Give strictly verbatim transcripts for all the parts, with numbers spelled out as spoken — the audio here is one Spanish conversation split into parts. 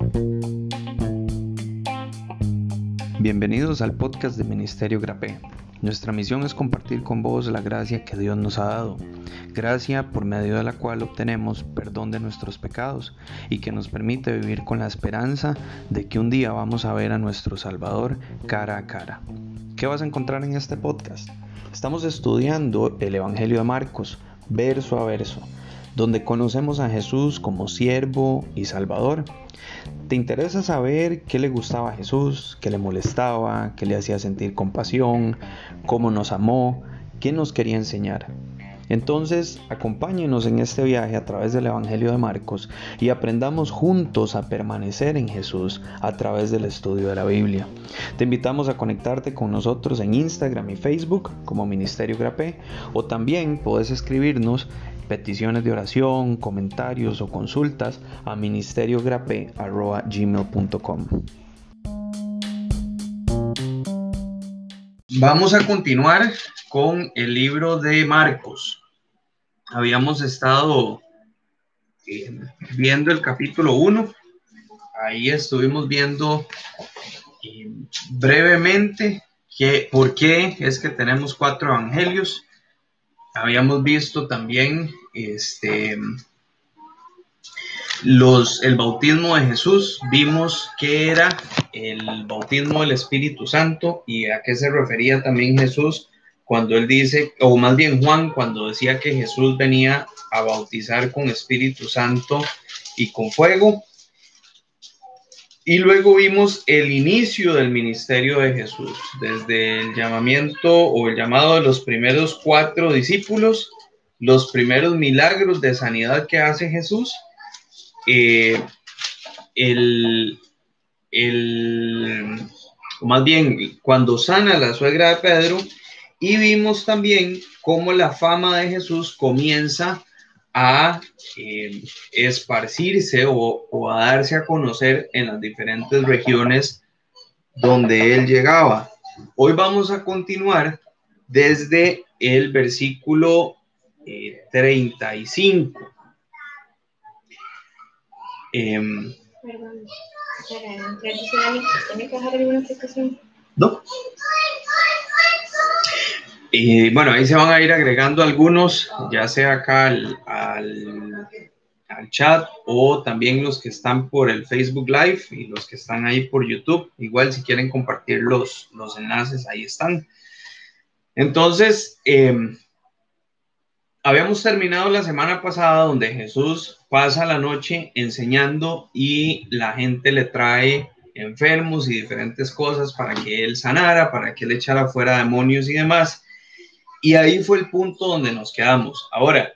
Bienvenidos al podcast de Ministerio Grapé. Nuestra misión es compartir con vos la gracia que Dios nos ha dado, gracia por medio de la cual obtenemos perdón de nuestros pecados y que nos permite vivir con la esperanza de que un día vamos a ver a nuestro Salvador cara a cara. ¿Qué vas a encontrar en este podcast? Estamos estudiando el Evangelio de Marcos, verso a verso, donde conocemos a Jesús como siervo y Salvador. ¿Te interesa saber qué le gustaba a Jesús, qué le molestaba, qué le hacía sentir compasión, cómo nos amó, qué nos quería enseñar? Entonces, acompáñenos en este viaje a través del Evangelio de Marcos y aprendamos juntos a permanecer en Jesús a través del estudio de la Biblia. Te invitamos a conectarte con nosotros en Instagram y Facebook como Ministerio Grapé, o también puedes escribirnos peticiones de oración, comentarios o consultas a ministeriogrape arroba gmail punto com. Vamos a continuar con el libro de Marcos. Habíamos estado eh, viendo el capítulo uno. Ahí estuvimos viendo eh, brevemente que, por qué es que tenemos cuatro evangelios. Habíamos visto también este, los, el bautismo de Jesús. Vimos qué era el bautismo del Espíritu Santo y a qué se refería también Jesús cuando él dice, o más bien Juan, cuando decía que Jesús venía a bautizar con Espíritu Santo y con fuego. Y luego vimos el inicio del ministerio de Jesús, desde el llamamiento o el llamado de los primeros cuatro discípulos, los primeros milagros de sanidad que hace Jesús, eh, el, el, o más bien cuando sana a la suegra de Pedro, y vimos también cómo la fama de Jesús comienza a eh, esparcirse o, o a darse a conocer en las diferentes regiones donde él llegaba. Hoy vamos a continuar desde el versículo eh, treinta y cinco. Eh, Perdón, ¿tiene que dejar alguna explicación? No. Y bueno, ahí se van a ir agregando algunos, ya sea acá al, al, al chat o también los que están por el Facebook Live y los que están ahí por YouTube. Igual si quieren compartir los, los enlaces, ahí están. Entonces, eh, habíamos terminado la semana pasada donde Jesús pasa la noche enseñando y la gente le trae enfermos y diferentes cosas para que él sanara, para que él echara fuera demonios y demás. Y ahí fue el punto donde nos quedamos. Ahora,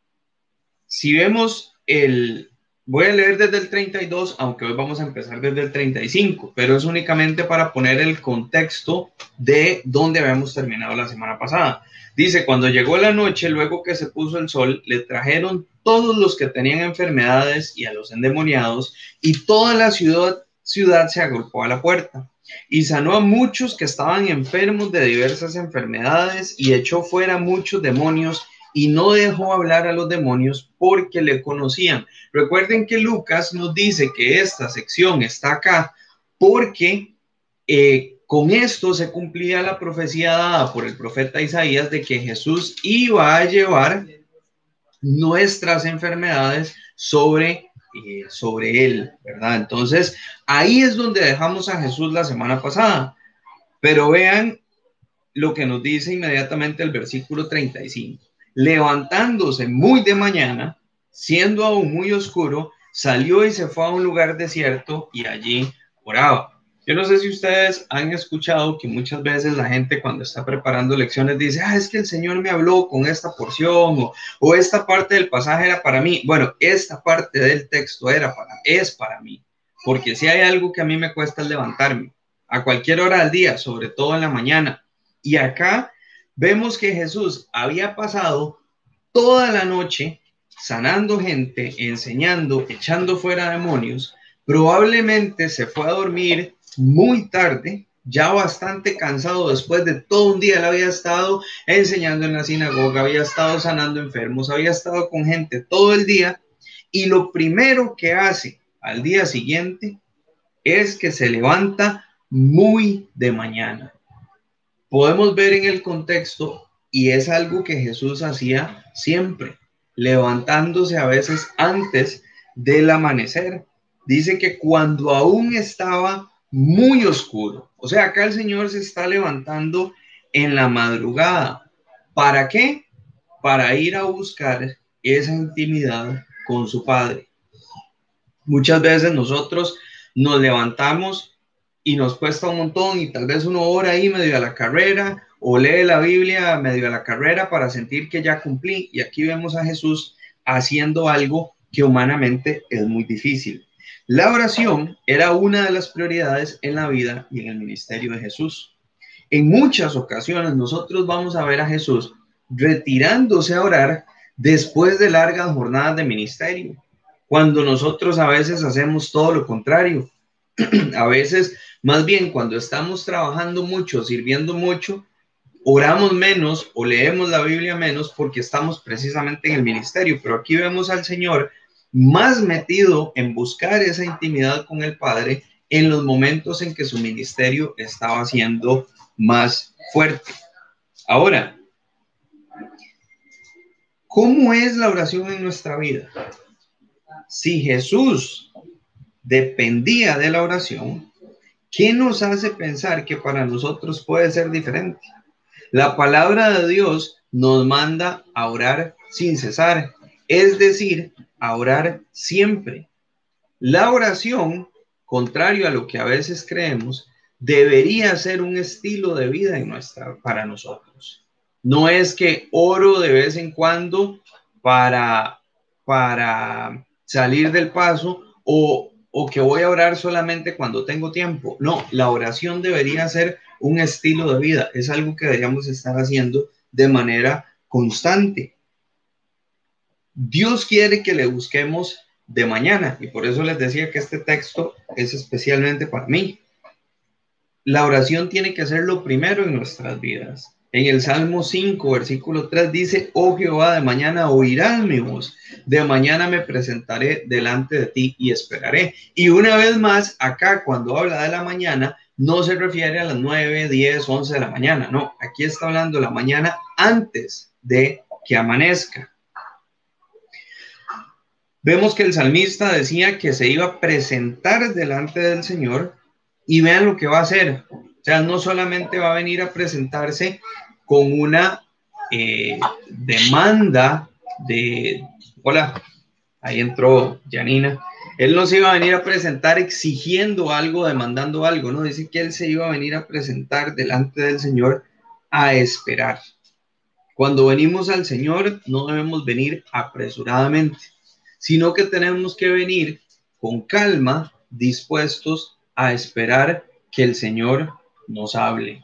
si vemos el... Voy a leer desde el treinta y dos, aunque hoy vamos a empezar desde el treinta y cinco, pero es únicamente para poner el contexto de dónde habíamos terminado la semana pasada. Dice, cuando llegó la noche, luego que se puso el sol, le trajeron todos los que tenían enfermedades y a los endemoniados, y toda la ciudad, ciudad se agolpó a la puerta. Y sanó a muchos que estaban enfermos de diversas enfermedades y echó fuera muchos demonios y no dejó hablar a los demonios porque le conocían. Recuerden que Lucas nos dice que esta sección está acá porque eh, con esto se cumplía la profecía dada por el profeta Isaías de que Jesús iba a llevar nuestras enfermedades sobre Eh, sobre él, ¿verdad? Entonces, ahí es donde dejamos a Jesús la semana pasada. Pero vean lo que nos dice inmediatamente el versículo treinta y cinco. Levantándose muy de mañana, siendo aún muy oscuro, salió y se fue a un lugar desierto y allí oraba. Yo no sé si ustedes han escuchado que muchas veces la gente cuando está preparando lecciones dice, ah, es que el Señor me habló con esta porción o, o esta parte del pasaje era para mí. Bueno, esta parte del texto era para, es para mí, porque si hay algo que a mí me cuesta es levantarme a cualquier hora del día, sobre todo en la mañana. Y acá vemos que Jesús había pasado toda la noche sanando gente, enseñando, echando fuera demonios. Probablemente se fue a dormir muy tarde, ya bastante cansado después de todo un día. Él había estado enseñando en la sinagoga, había estado sanando enfermos, había estado con gente todo el día, y lo primero que hace al día siguiente es que se levanta muy de mañana. Podemos ver en el contexto, y es algo que Jesús hacía siempre, levantándose a veces antes del amanecer. Dice que cuando aún estaba muy oscuro, o sea, acá el Señor se está levantando en la madrugada. ¿Para qué? Para ir a buscar esa intimidad con su Padre. Muchas veces nosotros nos levantamos y nos cuesta un montón y tal vez uno ora ahí medio a la carrera o lee la Biblia medio a la carrera para sentir que ya cumplí. Y aquí vemos a Jesús haciendo algo que humanamente es muy difícil. La oración era una de las prioridades en la vida y en el ministerio de Jesús. En muchas ocasiones nosotros vamos a ver a Jesús retirándose a orar después de largas jornadas de ministerio, cuando nosotros a veces hacemos todo lo contrario. A veces, más bien, cuando estamos trabajando mucho, sirviendo mucho, oramos menos o leemos la Biblia menos porque estamos precisamente en el ministerio. Pero aquí vemos al Señor más metido en buscar esa intimidad con el Padre en los momentos en que su ministerio estaba siendo más fuerte. Ahora, ¿cómo es la oración en nuestra vida? Si Jesús dependía de la oración, ¿qué nos hace pensar que para nosotros puede ser diferente? La palabra de Dios nos manda a orar sin cesar, es decir, a orar siempre. La oración, contrario a lo que a veces creemos, debería ser un estilo de vida en nuestra, para nosotros. No es que oro de vez en cuando para, para salir del paso o, o que voy a orar solamente cuando tengo tiempo. No, la oración debería ser un estilo de vida. Es algo que deberíamos estar haciendo de manera constante. Dios quiere que le busquemos de mañana y por eso les decía que este texto es especialmente para mí. La oración tiene que ser lo primero en nuestras vidas. En el Salmo cinco, versículo tres dice: oh Jehová, de mañana oirás mi voz, de mañana me presentaré delante de ti y esperaré. Y una vez más, acá cuando habla de la mañana, no se refiere a las nueve, diez, once de la mañana, no, aquí está hablando de la mañana antes de que amanezca. Vemos que el salmista decía que se iba a presentar delante del Señor y vean lo que va a hacer. O sea, no solamente va a venir a presentarse con una eh, demanda de... Hola, ahí entró Janina. Él no se iba a venir a presentar exigiendo algo, demandando algo, ¿no? Dice que él se iba a venir a presentar delante del Señor a esperar. Cuando venimos al Señor, no debemos venir apresuradamente, sino que tenemos que venir con calma, dispuestos a esperar que el Señor nos hable.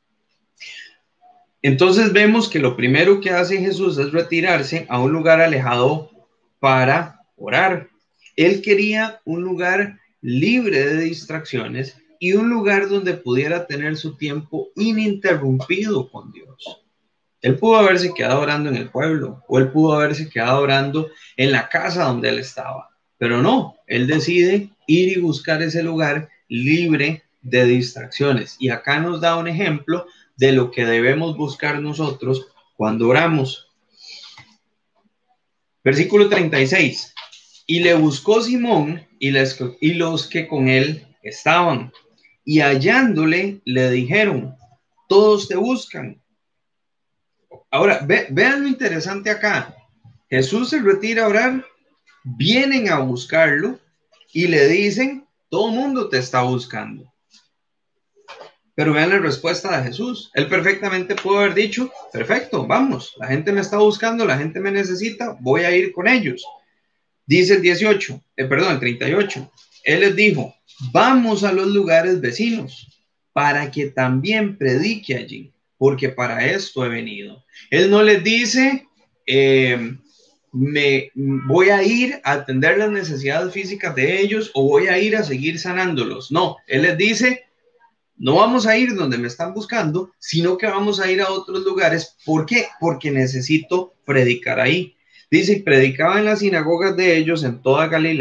Entonces vemos que lo primero que hace Jesús es retirarse a un lugar alejado para orar. Él quería un lugar libre de distracciones y un lugar donde pudiera tener su tiempo ininterrumpido con Dios. Él pudo haberse quedado orando en el pueblo o él pudo haberse quedado orando en la casa donde él estaba, pero no, él decide ir y buscar ese lugar libre de distracciones. Y acá nos da un ejemplo de lo que debemos buscar nosotros cuando oramos. Versículo treinta y seis. Y le buscó Simón y, les, y los que con él estaban, y hallándole le dijeron: todos te buscan. Ahora, ve, vean lo interesante acá. Jesús se retira a orar, vienen a buscarlo y le dicen: todo el mundo te está buscando. Pero vean la respuesta de Jesús. Él perfectamente pudo haber dicho: perfecto, vamos, la gente me está buscando, la gente me necesita, voy a ir con ellos. Dice el dieciocho, eh, perdón, el treinta y ocho. Él les dijo: vamos a los lugares vecinos para que también predique allí, porque para esto he venido. Él no les dice, eh, me voy a ir a atender las necesidades físicas de ellos o voy a ir a seguir sanándolos. No, él les dice: no vamos a ir donde me están buscando, sino que vamos a ir a otros lugares. ¿Por qué? Porque necesito predicar ahí. Dice: predicaba en las sinagogas de ellos en toda Galilea,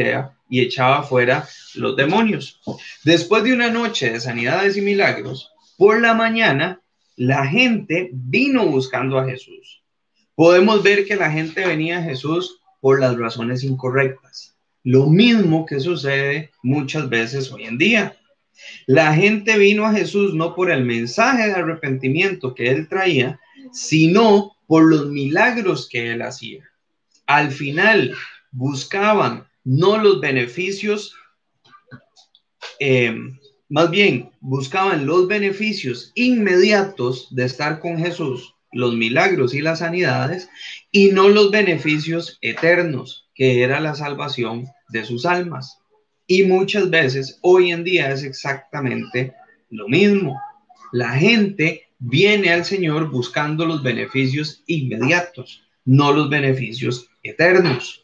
y echaba fuera los demonios. Después de una noche de sanidades y milagros, por la mañana la gente vino buscando a Jesús. Podemos ver que la gente venía a Jesús por las razones incorrectas. Lo mismo que sucede muchas veces hoy en día. La gente vino a Jesús no por el mensaje de arrepentimiento que él traía, sino por los milagros que él hacía. Al final buscaban no los beneficios, eh, más bien buscaban los beneficios inmediatos de estar con Jesús, los milagros y las sanidades, y no los beneficios eternos, que era la salvación de sus almas. Y muchas veces, hoy en día, es exactamente lo mismo. La gente viene al Señor buscando los beneficios inmediatos, no los beneficios eternos.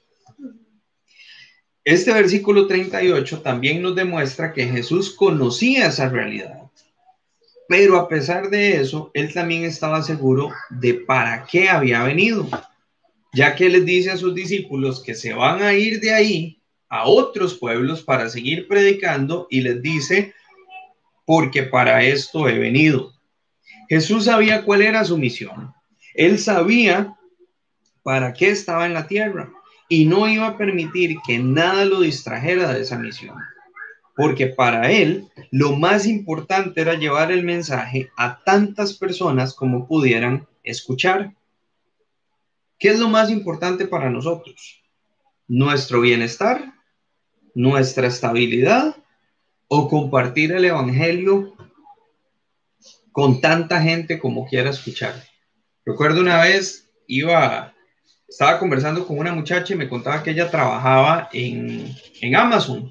Este versículo treinta y ocho también nos demuestra que Jesús conocía esa realidad, pero a pesar de eso, él también estaba seguro de para qué había venido, ya que les dice a sus discípulos que se van a ir de ahí a otros pueblos para seguir predicando, y les dice, porque para esto he venido. Jesús sabía cuál era su misión. Él sabía para qué estaba en la tierra y no iba a permitir que nada lo distrajera de esa misión, porque para él lo más importante era llevar el mensaje a tantas personas como pudieran escuchar. ¿Qué es lo más importante para nosotros? ¿Nuestro bienestar? ¿Nuestra estabilidad? ¿O compartir el evangelio con tanta gente como quiera escuchar? Recuerdo una vez, iba, estaba conversando con una muchacha y me contaba que ella trabajaba en, en Amazon.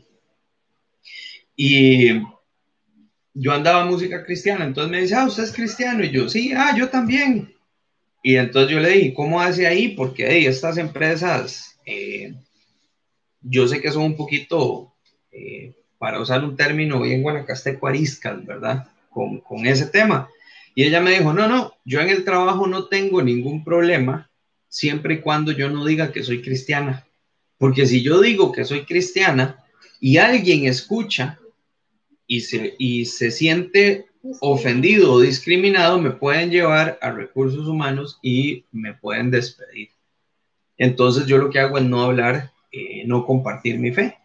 Y yo andaba música cristiana, entonces me dice, ah, ¿usted es cristiano? Y yo, sí, ah, yo también. Y entonces yo le dije, ¿cómo hace ahí? Porque hey, estas empresas, eh, yo sé que son un poquito, eh, para usar un término bien guanacasteco, ariscas, ¿verdad? Con, con ese tema. Y ella me dijo, no, no, yo en el trabajo no tengo ningún problema, siempre y cuando yo no diga que soy cristiana. Porque si yo digo que soy cristiana y alguien escucha y se, y se siente ofendido o discriminado, me pueden llevar a recursos humanos y me pueden despedir. Entonces yo lo que hago es no hablar, eh, no compartir mi fe.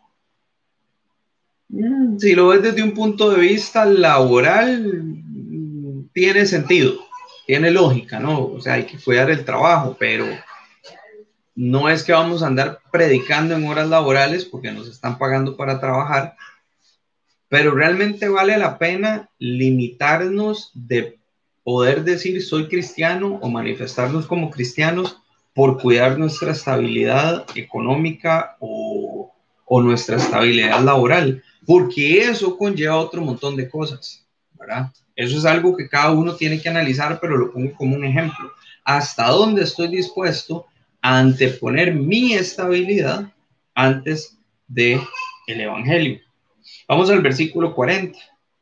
Si lo ves desde un punto de vista laboral, tiene sentido, tiene lógica, ¿no? O sea, hay que cuidar el trabajo, pero no es que vamos a andar predicando en horas laborales porque nos están pagando para trabajar. Pero realmente vale la pena limitarnos de poder decir soy cristiano o manifestarnos como cristianos por cuidar nuestra estabilidad económica o, o nuestra estabilidad laboral, porque eso conlleva otro montón de cosas, ¿verdad? Eso es algo que cada uno tiene que analizar, pero lo pongo como un ejemplo. ¿Hasta dónde estoy dispuesto a anteponer mi estabilidad antes del evangelio? Vamos al versículo cuarenta.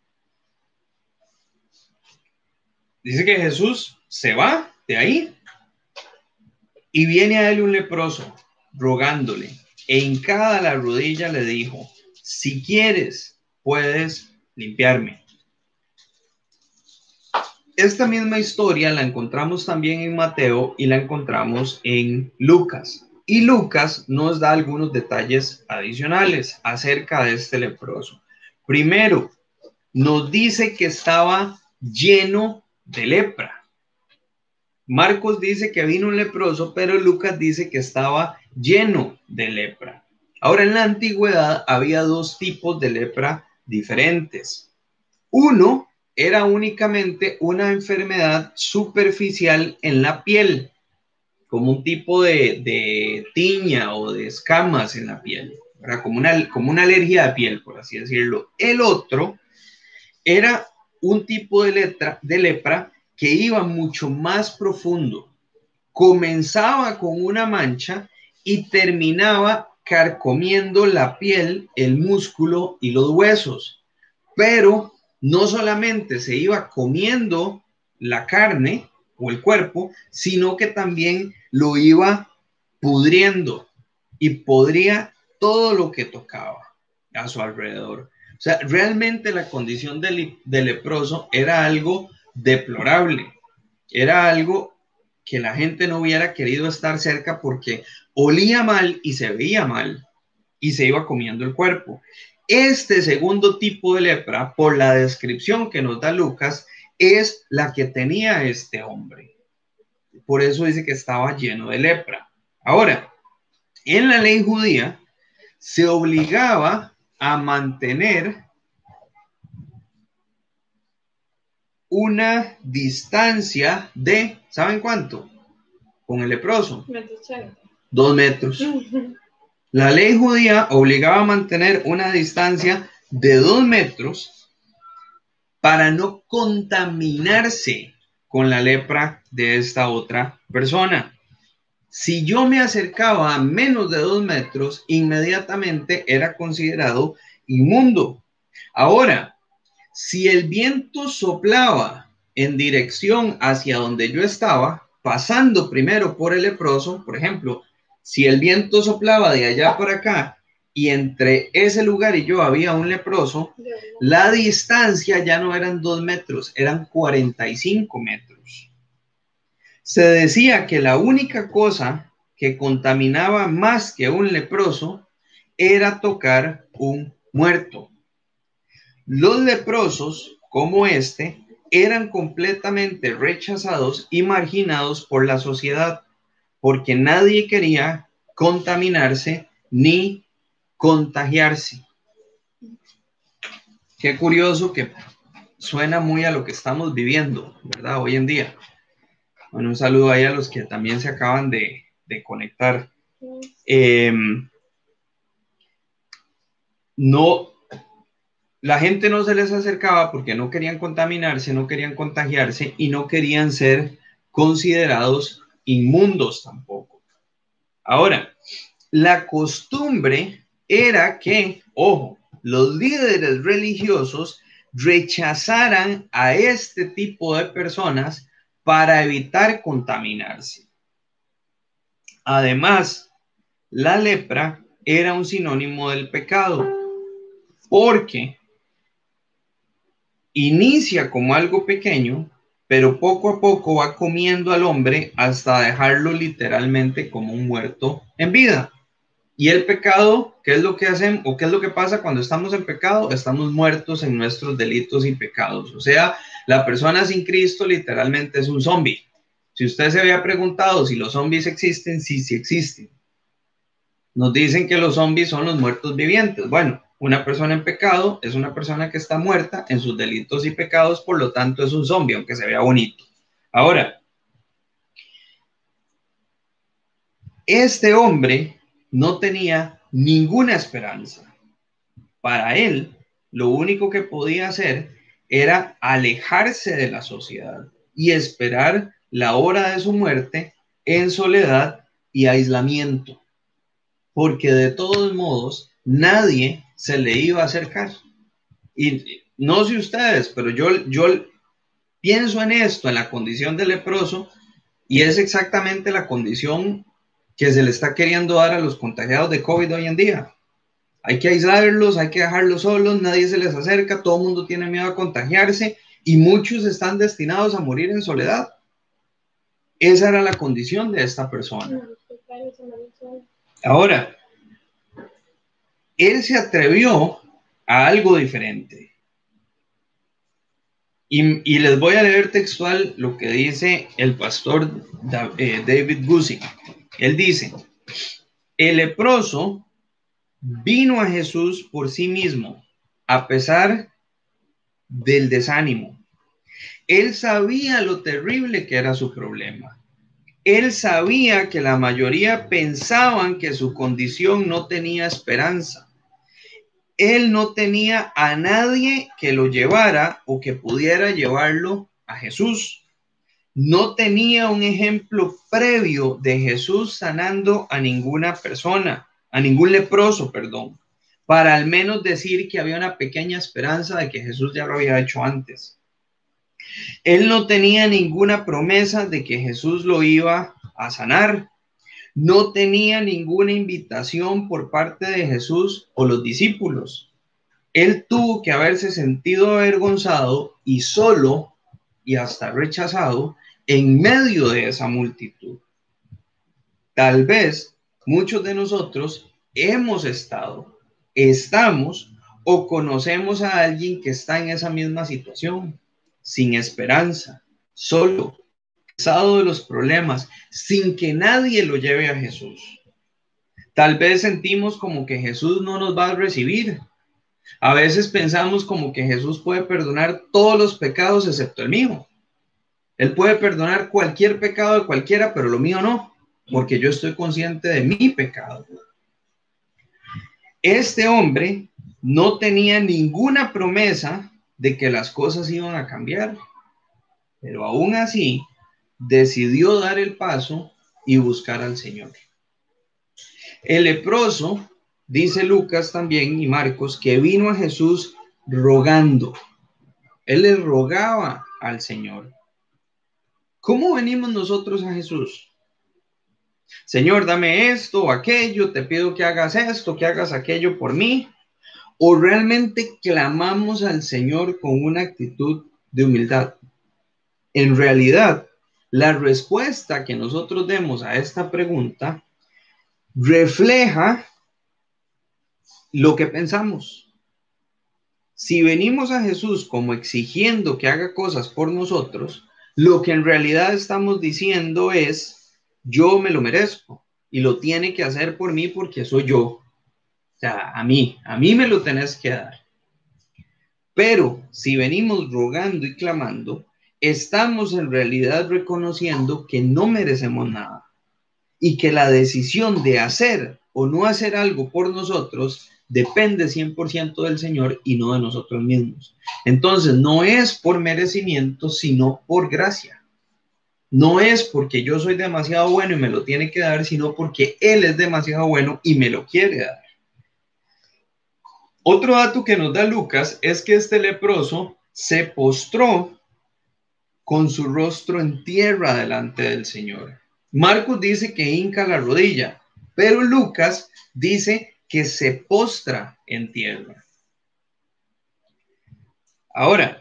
Dice que Jesús se va de ahí y viene a él un leproso rogándole, e hincada la rodilla le dijo, si quieres, puedes limpiarme. Esta misma historia la encontramos también en Mateo y la encontramos en Lucas. Y Lucas nos da algunos detalles adicionales acerca de este leproso. Primero, nos dice que estaba lleno de lepra. Marcos dice que vino un leproso, pero Lucas dice que estaba lleno de lepra. Ahora, en la antigüedad había dos tipos de lepra diferentes. Uno era únicamente una enfermedad superficial en la piel, como un tipo de, de tiña o de escamas en la piel, ¿verdad? Como una, como una alergia de piel, por así decirlo. El otro era un tipo de, letra, de lepra que iba mucho más profundo. Comenzaba con una mancha y terminaba carcomiendo la piel, el músculo y los huesos. Pero no solamente se iba comiendo la carne o el cuerpo, sino que también lo iba pudriendo y podría todo lo que tocaba a su alrededor. O sea, realmente la condición de, de leproso era algo deplorable. Era algo que la gente no hubiera querido estar cerca porque olía mal y se veía mal y se iba comiendo el cuerpo. Este segundo tipo de lepra, por la descripción que nos da Lucas, es la que tenía este hombre. Por eso dice que estaba lleno de lepra. Ahora, en la ley judía se obligaba a mantener una distancia de, ¿saben cuánto? Con el leproso. Dos metros. La ley judía obligaba a mantener una distancia de dos metros para no contaminarse con la lepra de esta otra persona. Si yo me acercaba a menos de dos metros, inmediatamente era considerado inmundo. Ahora, si el viento soplaba en dirección hacia donde yo estaba, pasando primero por el leproso, por ejemplo, si el viento soplaba de allá para acá y entre ese lugar y yo había un leproso, la distancia ya no eran dos metros, eran cuarenta y cinco metros. Se decía que la única cosa que contaminaba más que un leproso era tocar un muerto. Los leprosos, como este, eran completamente rechazados y marginados por la sociedad, porque nadie quería contaminarse ni contagiarse. Qué curioso que suena muy a lo que estamos viviendo, ¿verdad? Hoy en día. Bueno, un saludo ahí a los que también se acaban de, de conectar. Eh, no, la gente no se les acercaba porque no querían contaminarse, no querían contagiarse y no querían ser considerados inmundos tampoco. Ahora, la costumbre era que, ojo, los líderes religiosos rechazaran a este tipo de personas para evitar contaminarse. Además, la lepra era un sinónimo del pecado, porque inicia como algo pequeño, pero poco a poco va comiendo al hombre hasta dejarlo literalmente como un muerto en vida. Y el pecado, ¿qué es lo que hacen o qué es lo que pasa cuando estamos en pecado? Estamos muertos en nuestros delitos y pecados. O sea, la persona sin Cristo literalmente es un zombie. Si usted se había preguntado si los zombies existen, sí, sí existen. Nos dicen que los zombies son los muertos vivientes. Bueno, una persona en pecado es una persona que está muerta en sus delitos y pecados, por lo tanto es un zombie, aunque se vea bonito. Ahora, este hombre no tenía ninguna esperanza. Para él, lo único que podía hacer era alejarse de la sociedad y esperar la hora de su muerte en soledad y aislamiento, porque de todos modos nadie se le iba a acercar. Y no sé ustedes, pero yo, yo pienso en esto, en la condición de leproso, y es exactamente la condición que se le está queriendo dar a los contagiados de COVID hoy en día. Hay que aislarlos, hay que dejarlos solos, nadie se les acerca, todo el mundo tiene miedo a contagiarse y muchos están destinados a morir en soledad. Esa era la condición de esta persona. Ahora, él se atrevió a algo diferente. Y, y les voy a leer textual lo que dice el pastor David Guzik. Él dice, el leproso vino a Jesús por sí mismo, a pesar del desánimo. Él sabía lo terrible que era su problema. Él sabía que la mayoría pensaban que su condición no tenía esperanza. Él no tenía a nadie que lo llevara o que pudiera llevarlo a Jesús. No tenía un ejemplo previo de Jesús sanando a ninguna persona, a ningún leproso, perdón, para al menos decir que había una pequeña esperanza de que Jesús ya lo había hecho antes. Él no tenía ninguna promesa de que Jesús lo iba a sanar. no tenía ninguna invitación por parte de Jesús o los discípulos. Él tuvo que haberse sentido avergonzado y solo y hasta rechazado en medio de esa multitud. Tal vez muchos de nosotros hemos estado, estamos o conocemos a alguien que está en esa misma situación, sin esperanza, solo, cansado de los problemas, sin que nadie lo lleve a Jesús. Tal vez sentimos como que Jesús no nos va a recibir. A veces pensamos como que Jesús puede perdonar todos los pecados excepto el mío. Él puede perdonar cualquier pecado de cualquiera, pero lo mío no, porque yo estoy consciente de mi pecado. Este hombre no tenía ninguna promesa de que las cosas iban a cambiar, pero aún así decidió dar el paso y buscar al Señor. El leproso, dice Lucas también y Marcos, que vino a Jesús rogando. Él le rogaba al Señor. ¿Cómo venimos nosotros a Jesús? Señor, dame esto o aquello, te pido que hagas esto, que hagas aquello por mí. ¿O realmente clamamos al Señor con una actitud de humildad? En realidad, la respuesta que nosotros demos a esta pregunta refleja lo que pensamos. Si venimos a Jesús como exigiendo que haga cosas por nosotros, lo que en realidad estamos diciendo es, yo me lo merezco y lo tiene que hacer por mí porque soy yo. O sea, a mí, a mí me lo tenés que dar. Pero si venimos rogando y clamando, estamos en realidad reconociendo que no merecemos nada y que la decisión de hacer o no hacer algo por nosotros depende cien por ciento del Señor y no de nosotros mismos. Entonces, no es por merecimiento, sino por gracia. No es porque yo soy demasiado bueno y me lo tiene que dar, sino porque Él es demasiado bueno y me lo quiere dar. Otro dato que nos da Lucas es que este leproso se postró con su rostro en tierra delante del Señor. Marcos dice que hinca la rodilla, pero Lucas dice que se postra en tierra. Ahora,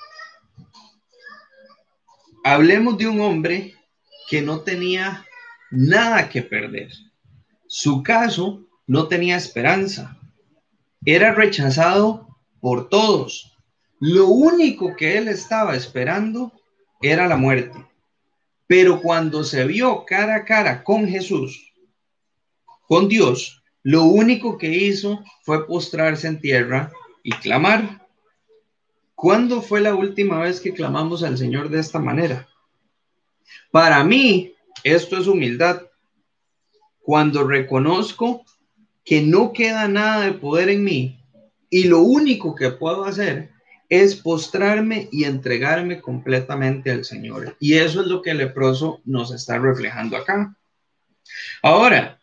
hablemos de un hombre que no tenía nada que perder. Su caso no tenía esperanza. Era rechazado por todos. Lo único que él estaba esperando era la muerte. Pero cuando se vio cara a cara con Jesús, con Dios, lo único que hizo fue postrarse en tierra y clamar. ¿Cuándo fue la última vez que clamamos al Señor de esta manera? Para mí, esto es humildad. Cuando reconozco que no queda nada de poder en mí y lo único que puedo hacer es postrarme y entregarme completamente al Señor. Y eso es lo que el leproso nos está reflejando acá. Ahora,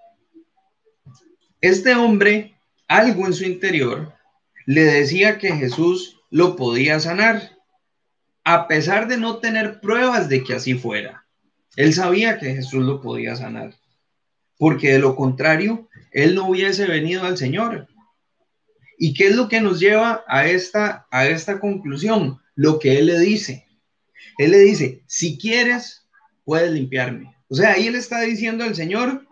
este hombre, algo en su interior, le decía que Jesús lo podía sanar, a pesar de no tener pruebas de que así fuera. Él sabía que Jesús lo podía sanar, porque de lo contrario, él no hubiese venido al Señor. ¿Y qué es lo que nos lleva a esta, a esta conclusión? Lo que él le dice. Él le dice, si quieres, puedes limpiarme. O sea, ahí él está diciendo al Señor,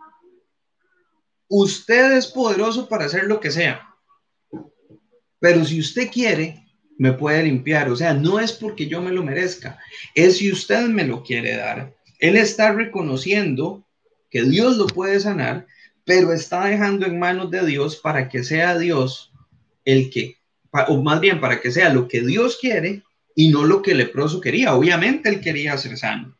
usted es poderoso para hacer lo que sea, pero si usted quiere, me puede limpiar. O sea, no es porque yo me lo merezca, es si usted me lo quiere dar. Él está reconociendo que Dios lo puede sanar, pero está dejando en manos de Dios para que sea Dios el que, o más bien para que sea lo que Dios quiere y no lo que el leproso quería. Obviamente él quería ser sano.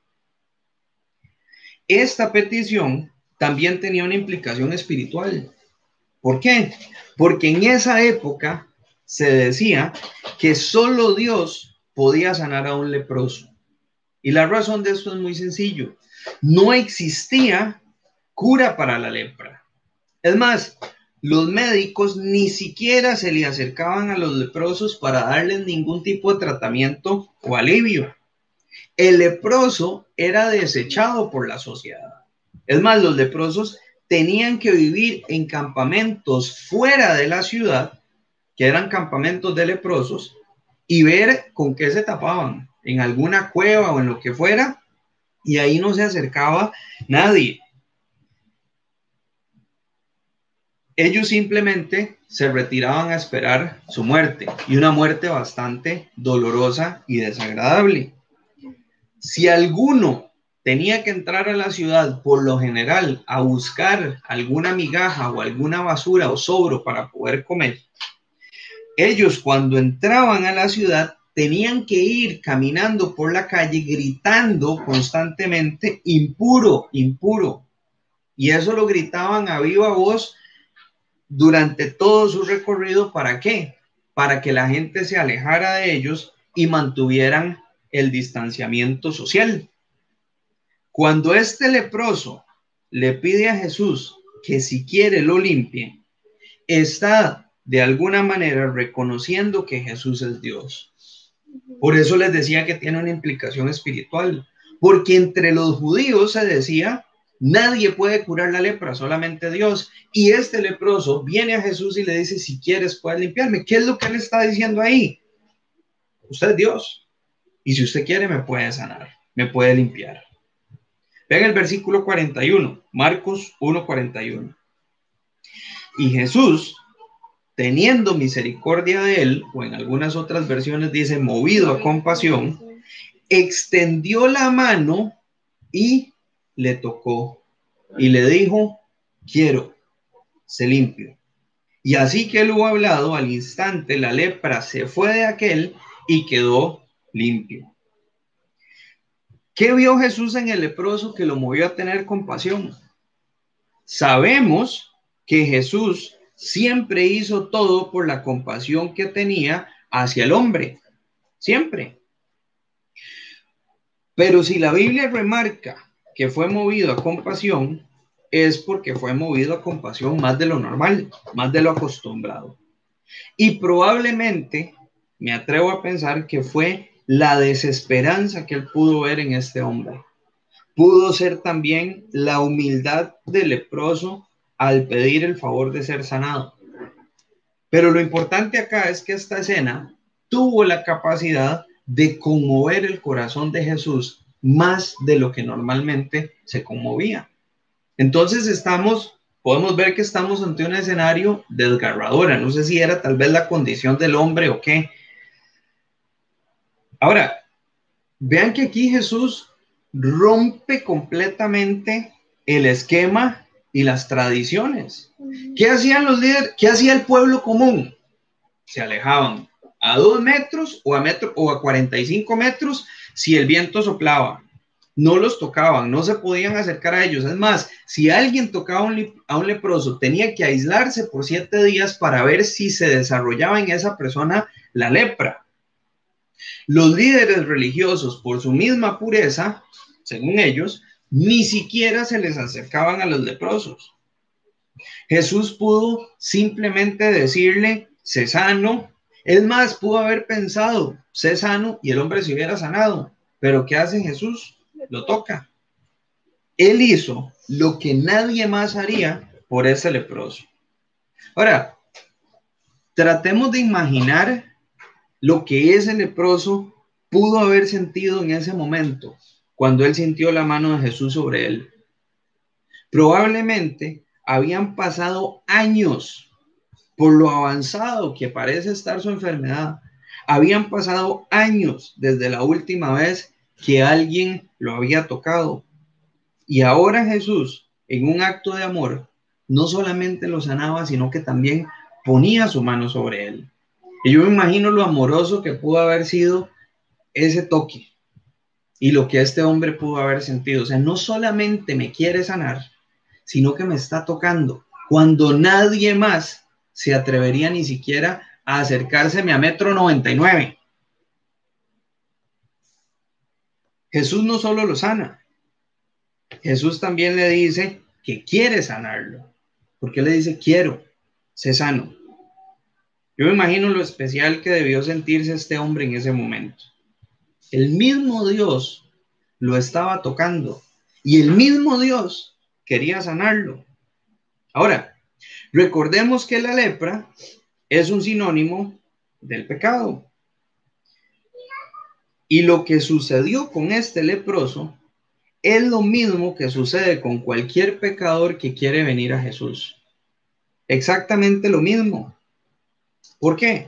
Esta petición también tenía una implicación espiritual. ¿Por qué? Porque en esa época se decía que solo Dios podía sanar a un leproso. Y la razón de esto es muy sencillo. No existía cura para la lepra. Es más, los médicos ni siquiera se le acercaban a los leprosos para darles ningún tipo de tratamiento o alivio. El leproso era desechado por la sociedad. Es más, los leprosos tenían que vivir en campamentos fuera de la ciudad, que eran campamentos de leprosos, y ver con qué se tapaban, en alguna cueva o en lo que fuera, y ahí no se acercaba nadie. Ellos simplemente se retiraban a esperar su muerte, y una muerte bastante dolorosa y desagradable. Si alguno tenía que entrar a la ciudad, por lo general, a buscar alguna migaja o alguna basura o sobro para poder comer, ellos cuando entraban a la ciudad tenían que ir caminando por la calle gritando constantemente impuro, impuro. Y eso lo gritaban a viva voz durante todo su recorrido. ¿Para qué? Para que la gente se alejara de ellos y mantuvieran el distanciamiento social. Cuando este leproso le pide a Jesús que si quiere lo limpie, está de alguna manera reconociendo que Jesús es Dios. Por eso les decía que tiene una implicación espiritual, porque entre los judíos se decía, nadie puede curar la lepra, solamente Dios. Y este leproso viene a Jesús y le dice, si quieres puedes limpiarme. ¿Qué es lo que él está diciendo ahí? Usted es Dios, y si usted quiere me puede sanar, me puede limpiar. Vean el versículo cuarenta y uno, Marcos uno cuarenta y uno. Y Jesús, teniendo misericordia de él, o en algunas otras versiones dice movido a compasión, extendió la mano y le tocó y le dijo, quiero, sé limpio. Y así que él hubo hablado, al instante la lepra se fue de aquel y quedó limpio. ¿Qué vio Jesús en el leproso que lo movió a tener compasión? Sabemos que Jesús siempre hizo todo por la compasión que tenía hacia el hombre, siempre. Pero si la Biblia remarca que fue movido a compasión, es porque fue movido a compasión más de lo normal, más de lo acostumbrado. Y probablemente, me atrevo a pensar que fue la desesperanza que él pudo ver en este hombre. Pudo ser también la humildad del leproso al pedir el favor de ser sanado. Pero lo importante acá es que esta escena tuvo la capacidad de conmover el corazón de Jesús más de lo que normalmente se conmovía. Entonces estamos, podemos ver que estamos ante un escenario desgarrador. No sé si era tal vez la condición del hombre o qué. Ahora, vean que aquí Jesús rompe completamente el esquema y las tradiciones. ¿Qué hacían los líderes? ¿Qué hacía el pueblo común? Se alejaban a dos metros o a, metro, o a cuarenta y cinco metros si el viento soplaba. No los tocaban, no se podían acercar a ellos. Es más, si alguien tocaba a un, a un leproso, tenía que aislarse por siete días para ver si se desarrollaba en esa persona la lepra. Los líderes religiosos, por su misma pureza, según ellos, ni siquiera se les acercaban a los leprosos. Jesús pudo simplemente decirle, sé sano. Es más, pudo haber pensado, sé sano, y el hombre se hubiera sanado. Pero ¿qué hace Jesús? Lo toca. Él hizo lo que nadie más haría por ese leproso. Ahora, tratemos de imaginar lo que ese leproso pudo haber sentido en ese momento, cuando él sintió la mano de Jesús sobre él. Probablemente habían pasado años por lo avanzado que parece estar su enfermedad. Habían pasado años desde la última vez que alguien lo había tocado. Y ahora Jesús, en un acto de amor, no solamente lo sanaba, sino que también ponía su mano sobre él. Y yo me imagino lo amoroso que pudo haber sido ese toque y lo que este hombre pudo haber sentido. O sea, no solamente me quiere sanar, sino que me está tocando cuando nadie más se atrevería ni siquiera a acercárseme a metro noventa y nueve. Jesús no solo lo sana, Jesús también le dice que quiere sanarlo. Porque le dice, quiero, sé sano. Yo me imagino lo especial que debió sentirse este hombre en ese momento. El mismo Dios lo estaba tocando y el mismo Dios quería sanarlo. Ahora, recordemos que la lepra es un sinónimo del pecado. Y lo que sucedió con este leproso es lo mismo que sucede con cualquier pecador que quiere venir a Jesús. Exactamente lo mismo. ¿Por qué?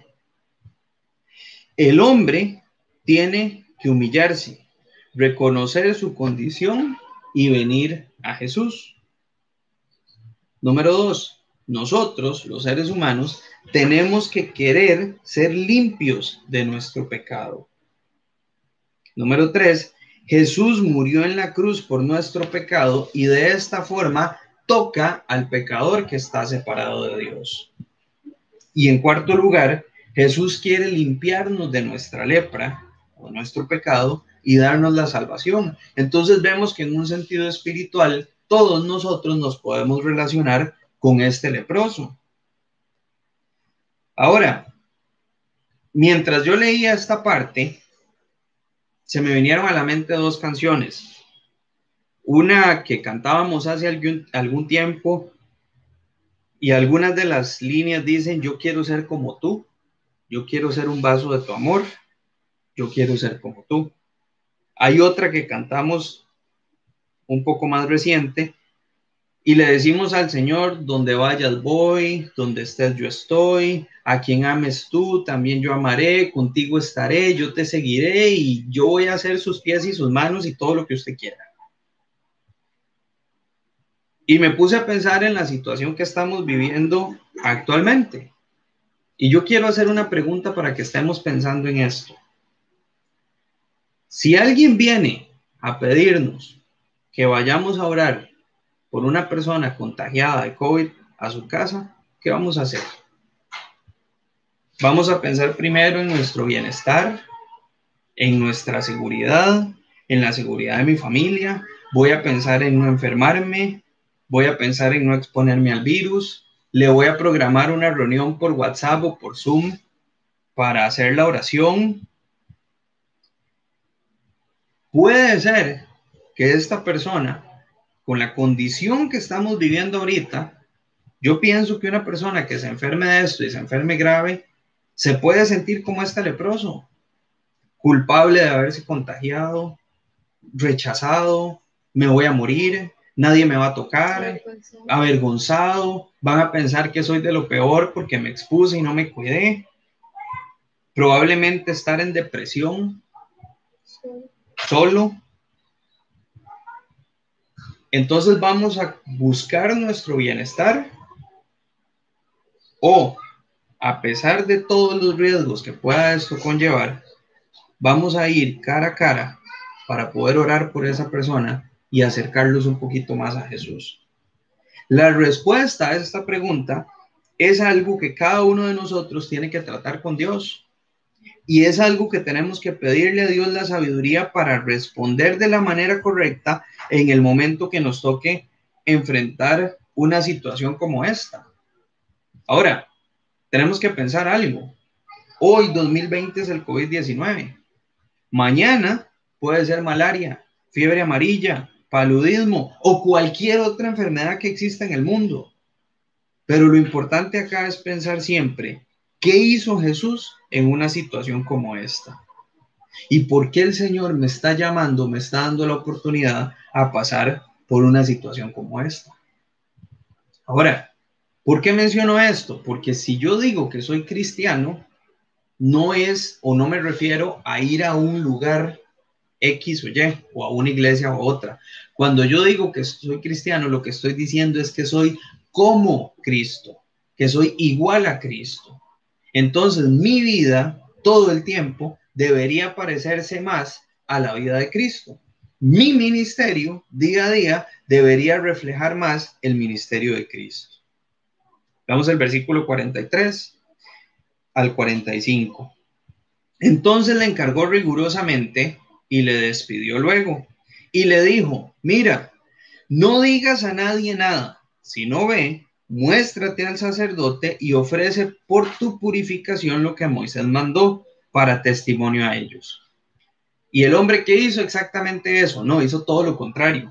El hombre tiene que humillarse, reconocer su condición y venir a Jesús. Número dos, nosotros, los seres humanos, tenemos que querer ser limpios de nuestro pecado. Número tres, Jesús murió en la cruz por nuestro pecado y de esta forma toca al pecador que está separado de Dios. Y en cuarto lugar, Jesús quiere limpiarnos de nuestra lepra o nuestro pecado y darnos la salvación. Entonces vemos que en un sentido espiritual todos nosotros nos podemos relacionar con este leproso. Ahora, mientras yo leía esta parte, se me vinieron a la mente dos canciones. Una que cantábamos hace algún, algún tiempo y algunas de las líneas dicen: yo quiero ser como tú, yo quiero ser un vaso de tu amor, yo quiero ser como tú. Hay otra que cantamos un poco más reciente y le decimos al Señor: donde vayas voy, donde estés yo estoy, a quien ames tú también yo amaré, contigo estaré, yo te seguiré y yo voy a hacer sus pies y sus manos y todo lo que usted quiera. Y me puse a pensar en la situación que estamos viviendo actualmente. Y yo quiero hacer una pregunta para que estemos pensando en esto. Si alguien viene a pedirnos que vayamos a orar por una persona contagiada de COVID a su casa, ¿qué vamos a hacer? Vamos a pensar primero en nuestro bienestar, en nuestra seguridad, en la seguridad de mi familia. Voy a pensar en no enfermarme, voy a pensar en no exponerme al virus, le voy a programar una reunión por WhatsApp o por Zoom para hacer la oración. Puede ser que esta persona, con la condición que estamos viviendo ahorita, yo pienso que una persona que se enferme de esto y se enferme grave, se puede sentir como este leproso, culpable de haberse contagiado, rechazado, me voy a morir, nadie me va a tocar, avergonzado. avergonzado, van a pensar que soy de lo peor porque me expuse y no me cuidé, probablemente estar en depresión, sí. Solo. Entonces vamos a buscar nuestro bienestar o, a pesar de todos los riesgos que pueda esto conllevar, vamos a ir cara a cara para poder orar por esa persona y acercarlos un poquito más a Jesús. La respuesta a esta pregunta es algo que cada uno de nosotros tiene que tratar con Dios. Y es algo que tenemos que pedirle a Dios la sabiduría para responder de la manera correcta en el momento que nos toque enfrentar una situación como esta. Ahora, tenemos que pensar algo. Hoy, dos mil veinte, es el COVID diecinueve. Mañana puede ser malaria, fiebre amarilla, paludismo o cualquier otra enfermedad que exista en el mundo. Pero lo importante acá es pensar siempre: ¿qué hizo Jesús en una situación como esta? ¿Y por qué el Señor me está llamando, me está dando la oportunidad a pasar por una situación como esta? Ahora, ¿por qué menciono esto? Porque si yo digo que soy cristiano, no es o no me refiero a ir a un lugar X o Y o a una iglesia o otra. Cuando yo digo que soy cristiano, lo que estoy diciendo es que soy como Cristo, que soy igual a Cristo. Entonces mi vida todo el tiempo debería parecerse más a la vida de Cristo. Mi ministerio día a día debería reflejar más el ministerio de Cristo. Vamos al versículo cuarenta y tres al cuarenta y cinco. Entonces le encargó rigurosamente y le despidió luego. Y le dijo: mira, no digas a nadie nada, sino ve, muéstrate al sacerdote y ofrece por tu purificación lo que Moisés mandó para testimonio a ellos. Y el hombre, ¿qué hizo? Exactamente eso. No, hizo todo lo contrario.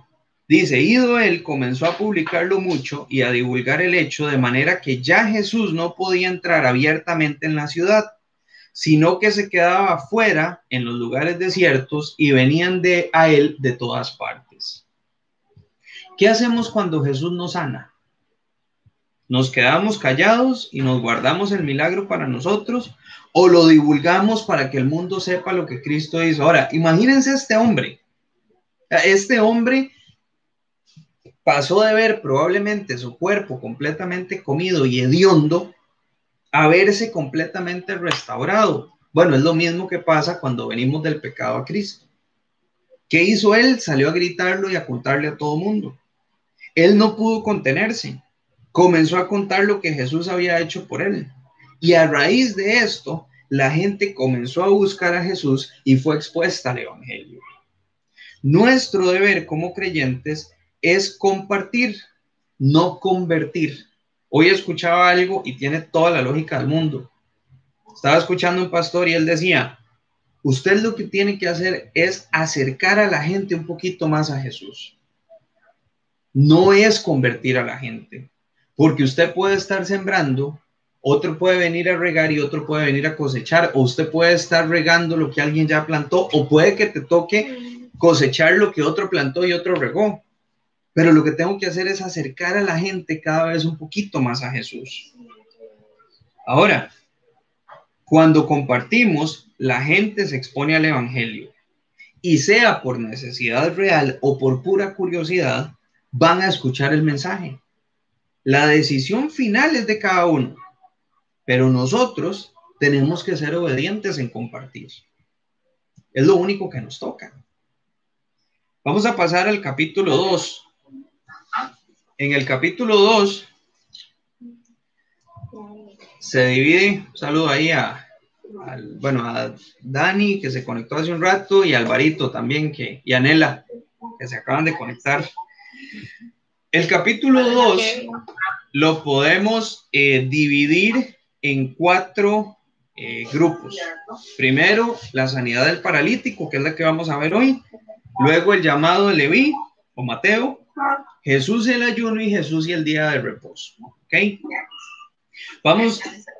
Dice, ido él, comenzó a publicarlo mucho y a divulgar el hecho, de manera que ya Jesús no podía entrar abiertamente en la ciudad, sino que se quedaba afuera en los lugares desiertos y venían de a él de todas partes. ¿Qué hacemos cuando Jesús nos sana? ¿Nos quedamos callados y nos guardamos el milagro para nosotros o lo divulgamos para que el mundo sepa lo que Cristo hizo? Ahora, imagínense este hombre. Este hombre pasó de ver probablemente su cuerpo completamente comido y hediondo a verse completamente restaurado. Bueno, es lo mismo que pasa cuando venimos del pecado a Cristo. ¿Qué hizo él? Salió a gritarlo y a contarle a todo mundo. Él no pudo contenerse. Comenzó a contar lo que Jesús había hecho por él. Y a raíz de esto, la gente comenzó a buscar a Jesús y fue expuesta al evangelio. Nuestro deber como creyentes es compartir, no convertir. Hoy escuchaba algo y tiene toda la lógica del mundo. Estaba escuchando a un pastor y él decía, usted lo que tiene que hacer es acercar a la gente un poquito más a Jesús. No es convertir a la gente, porque usted puede estar sembrando, otro puede venir a regar y otro puede venir a cosechar, o usted puede estar regando lo que alguien ya plantó, o puede que te toque cosechar lo que otro plantó y otro regó. Pero lo que tengo que hacer es acercar a la gente cada vez un poquito más a Jesús. Ahora, cuando compartimos, la gente se expone al evangelio y sea por necesidad real o por pura curiosidad, van a escuchar el mensaje. La decisión final es de cada uno, pero nosotros tenemos que ser obedientes en compartir. Es lo único que nos toca. Vamos a pasar al capítulo dos. En el capítulo dos se divide, un saludo ahí a, a, bueno, a Dani, que se conectó hace un rato, y a Alvarito también, que, y a Nela, que se acaban de conectar. El capítulo dos lo podemos eh, dividir en cuatro eh, grupos. Primero, la sanidad del paralítico, que es la que vamos a ver hoy. Luego, el llamado de Leví o Mateo. Jesús el ayuno y Jesús y el día de reposo. ¿Ok? Vamos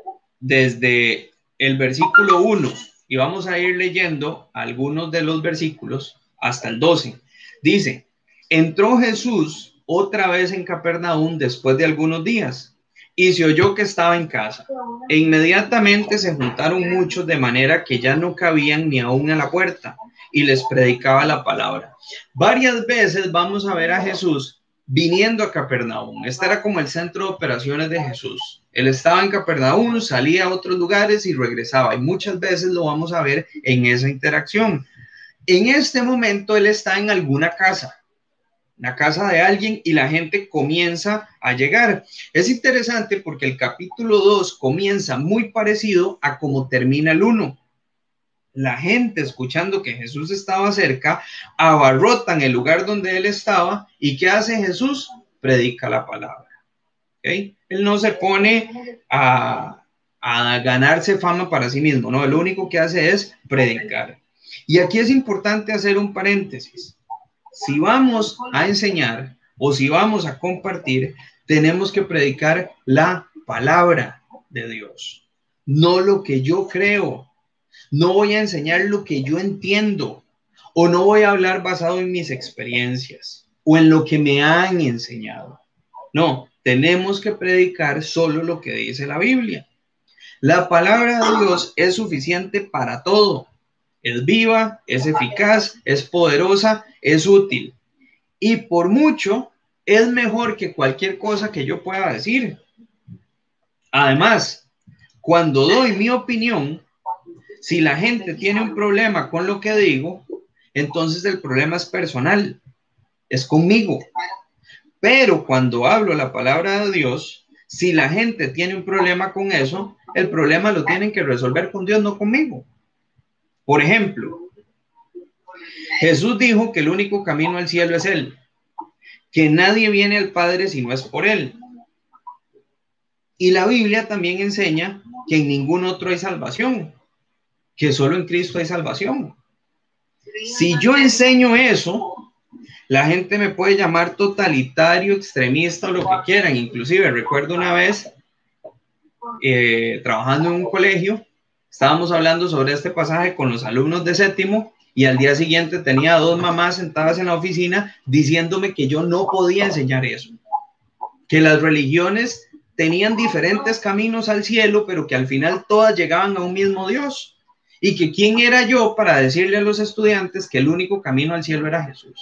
desde el versículo uno y vamos a ir leyendo algunos de los versículos hasta el doce. Dice, entró Jesús otra vez en Capernaum después de algunos días y se oyó que estaba en casa. E inmediatamente se juntaron muchos de manera que ya no cabían ni aún a la puerta y les predicaba la palabra. Varias veces vamos a ver a Jesús viniendo a Capernaum. Este era como el centro de operaciones de Jesús. Él estaba en Capernaum, salía a otros lugares y regresaba. Y muchas veces lo vamos a ver en esa interacción. En este momento él está en alguna casa, la casa de alguien, y la gente comienza a llegar. Es interesante porque el capítulo dos comienza muy parecido a como termina el uno. La gente, escuchando que Jesús estaba cerca, abarrotan el lugar donde él estaba. ¿Y qué hace Jesús? Predica la palabra. ¿Okay? Él no se pone a, a ganarse fama para sí mismo, no, lo único que hace es predicar. Y aquí es importante hacer un paréntesis. Si vamos a enseñar o si vamos a compartir, tenemos que predicar la palabra de Dios, no lo que yo creo. No voy a enseñar lo que yo entiendo, o no voy a hablar basado en mis experiencias o en lo que me han enseñado. No, tenemos que predicar solo lo que dice la Biblia. La palabra de Dios es suficiente para todo. Es viva, es eficaz, es poderosa, es útil. Y por mucho, es mejor que cualquier cosa que yo pueda decir. Además, cuando doy mi opinión, si la gente tiene un problema con lo que digo, entonces el problema es personal, es conmigo. Pero cuando hablo la palabra de Dios, si la gente tiene un problema con eso, el problema lo tienen que resolver con Dios, no conmigo. Por ejemplo, Jesús dijo que el único camino al cielo es Él, que nadie viene al Padre si no es por Él. Y la Biblia también enseña que en ningún otro hay salvación, que solo en Cristo hay salvación. Si yo enseño eso, La gente me puede llamar totalitario, extremista o lo que quieran. Inclusive recuerdo una vez eh, trabajando en un colegio, estábamos hablando sobre este pasaje con los alumnos de séptimo y al día siguiente tenía dos mamás sentadas en la oficina diciéndome que yo no podía enseñar eso, que las religiones tenían diferentes caminos al cielo, pero que al final todas llegaban a un mismo Dios, y que quién era yo para decirle a los estudiantes que el único camino al cielo era Jesús.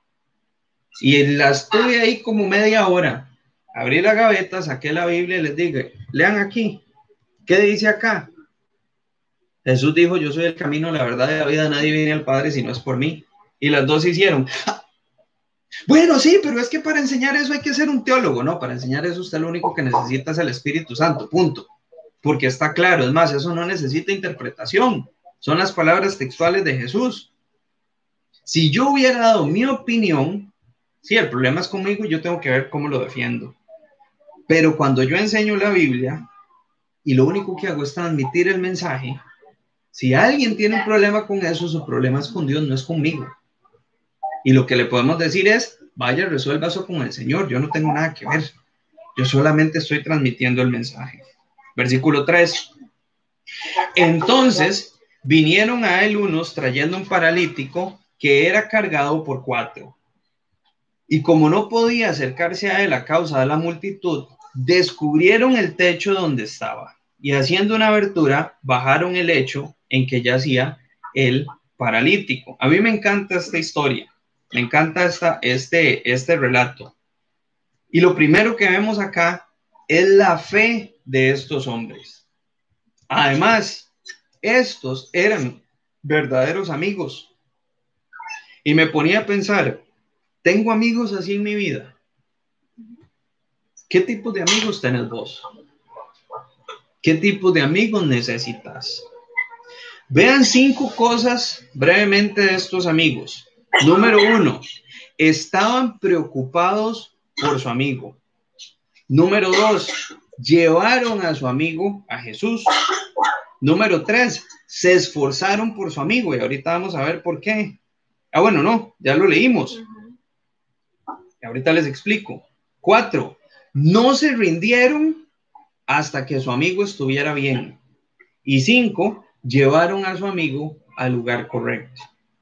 Y la estuve ahí como media hora, abrí la gaveta, saqué la Biblia y les dije, lean aquí, ¿qué dice acá? Jesús dijo, yo soy el camino, la verdad y la vida, nadie viene al Padre si no es por mí. Y las dos hicieron, bueno, sí, pero es que para enseñar eso hay que ser un teólogo. No, para enseñar eso usted lo único que necesita es el Espíritu Santo, punto. Porque está claro, es más, eso no necesita interpretación. Son las palabras textuales de Jesús. Si yo hubiera dado mi opinión, sí, el problema es conmigo y yo tengo que ver cómo lo defiendo. Pero cuando yo enseño la Biblia y lo único que hago es transmitir el mensaje, si alguien tiene un problema con eso, su problema es con Dios, no es conmigo. Y lo que le podemos decir es, vaya, resuelva eso con el Señor, yo no tengo nada que ver. Yo solamente estoy transmitiendo el mensaje. Versículo tres. Entonces vinieron a él unos trayendo un paralítico que era cargado por cuatro. Y como no podía acercarse a él a causa de la multitud, descubrieron el techo donde estaba. Y haciendo una abertura, bajaron el lecho en que yacía el paralítico. A mí me encanta esta historia. Me encanta esta, este, este relato. Y lo primero que vemos acá es la fe de estos hombres. Además, estos eran verdaderos amigos. Y me ponía a pensar, ¿tengo amigos así en mi vida? ¿Qué tipo de amigos tenés vos? ¿Qué tipo de amigos necesitas? Vean cinco cosas brevemente de estos amigos. Número uno, estaban preocupados por su amigo. Número dos, llevaron a su amigo a Jesús. Número tres, se esforzaron por su amigo y ahorita vamos a ver por qué. Ah, bueno, no, ya lo leímos. Y ahorita les explico. Cuatro, no se rindieron hasta que su amigo estuviera bien. Y cinco, llevaron a su amigo al lugar correcto.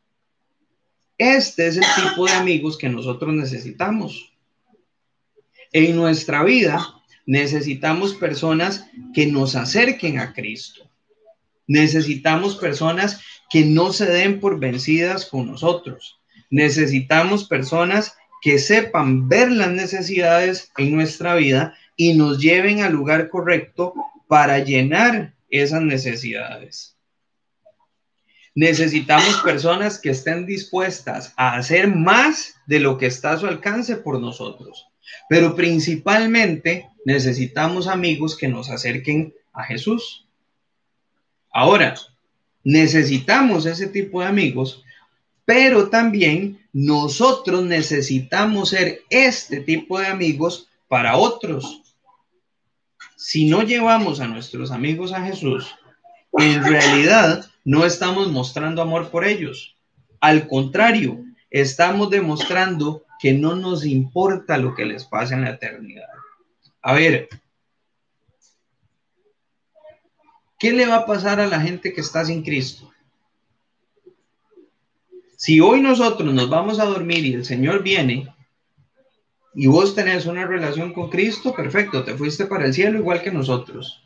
Este es el tipo de amigos que nosotros necesitamos. En nuestra vida necesitamos personas que nos acerquen a Cristo. Necesitamos personas que no se den por vencidas con nosotros. Necesitamos personas que sepan ver las necesidades en nuestra vida y nos lleven al lugar correcto para llenar esas necesidades. Necesitamos personas que estén dispuestas a hacer más de lo que está a su alcance por nosotros. Pero principalmente necesitamos amigos que nos acerquen a Jesús. Ahora, necesitamos ese tipo de amigos, pero también nosotros necesitamos ser este tipo de amigos para otros. Si no llevamos a nuestros amigos a Jesús, en realidad no estamos mostrando amor por ellos. Al contrario, estamos demostrando que no nos importa lo que les pase en la eternidad. A ver, ¿qué le va a pasar a la gente que está sin Cristo? Si hoy nosotros nos vamos a dormir y el Señor viene y vos tenés una relación con Cristo, perfecto, te fuiste para el cielo igual que nosotros.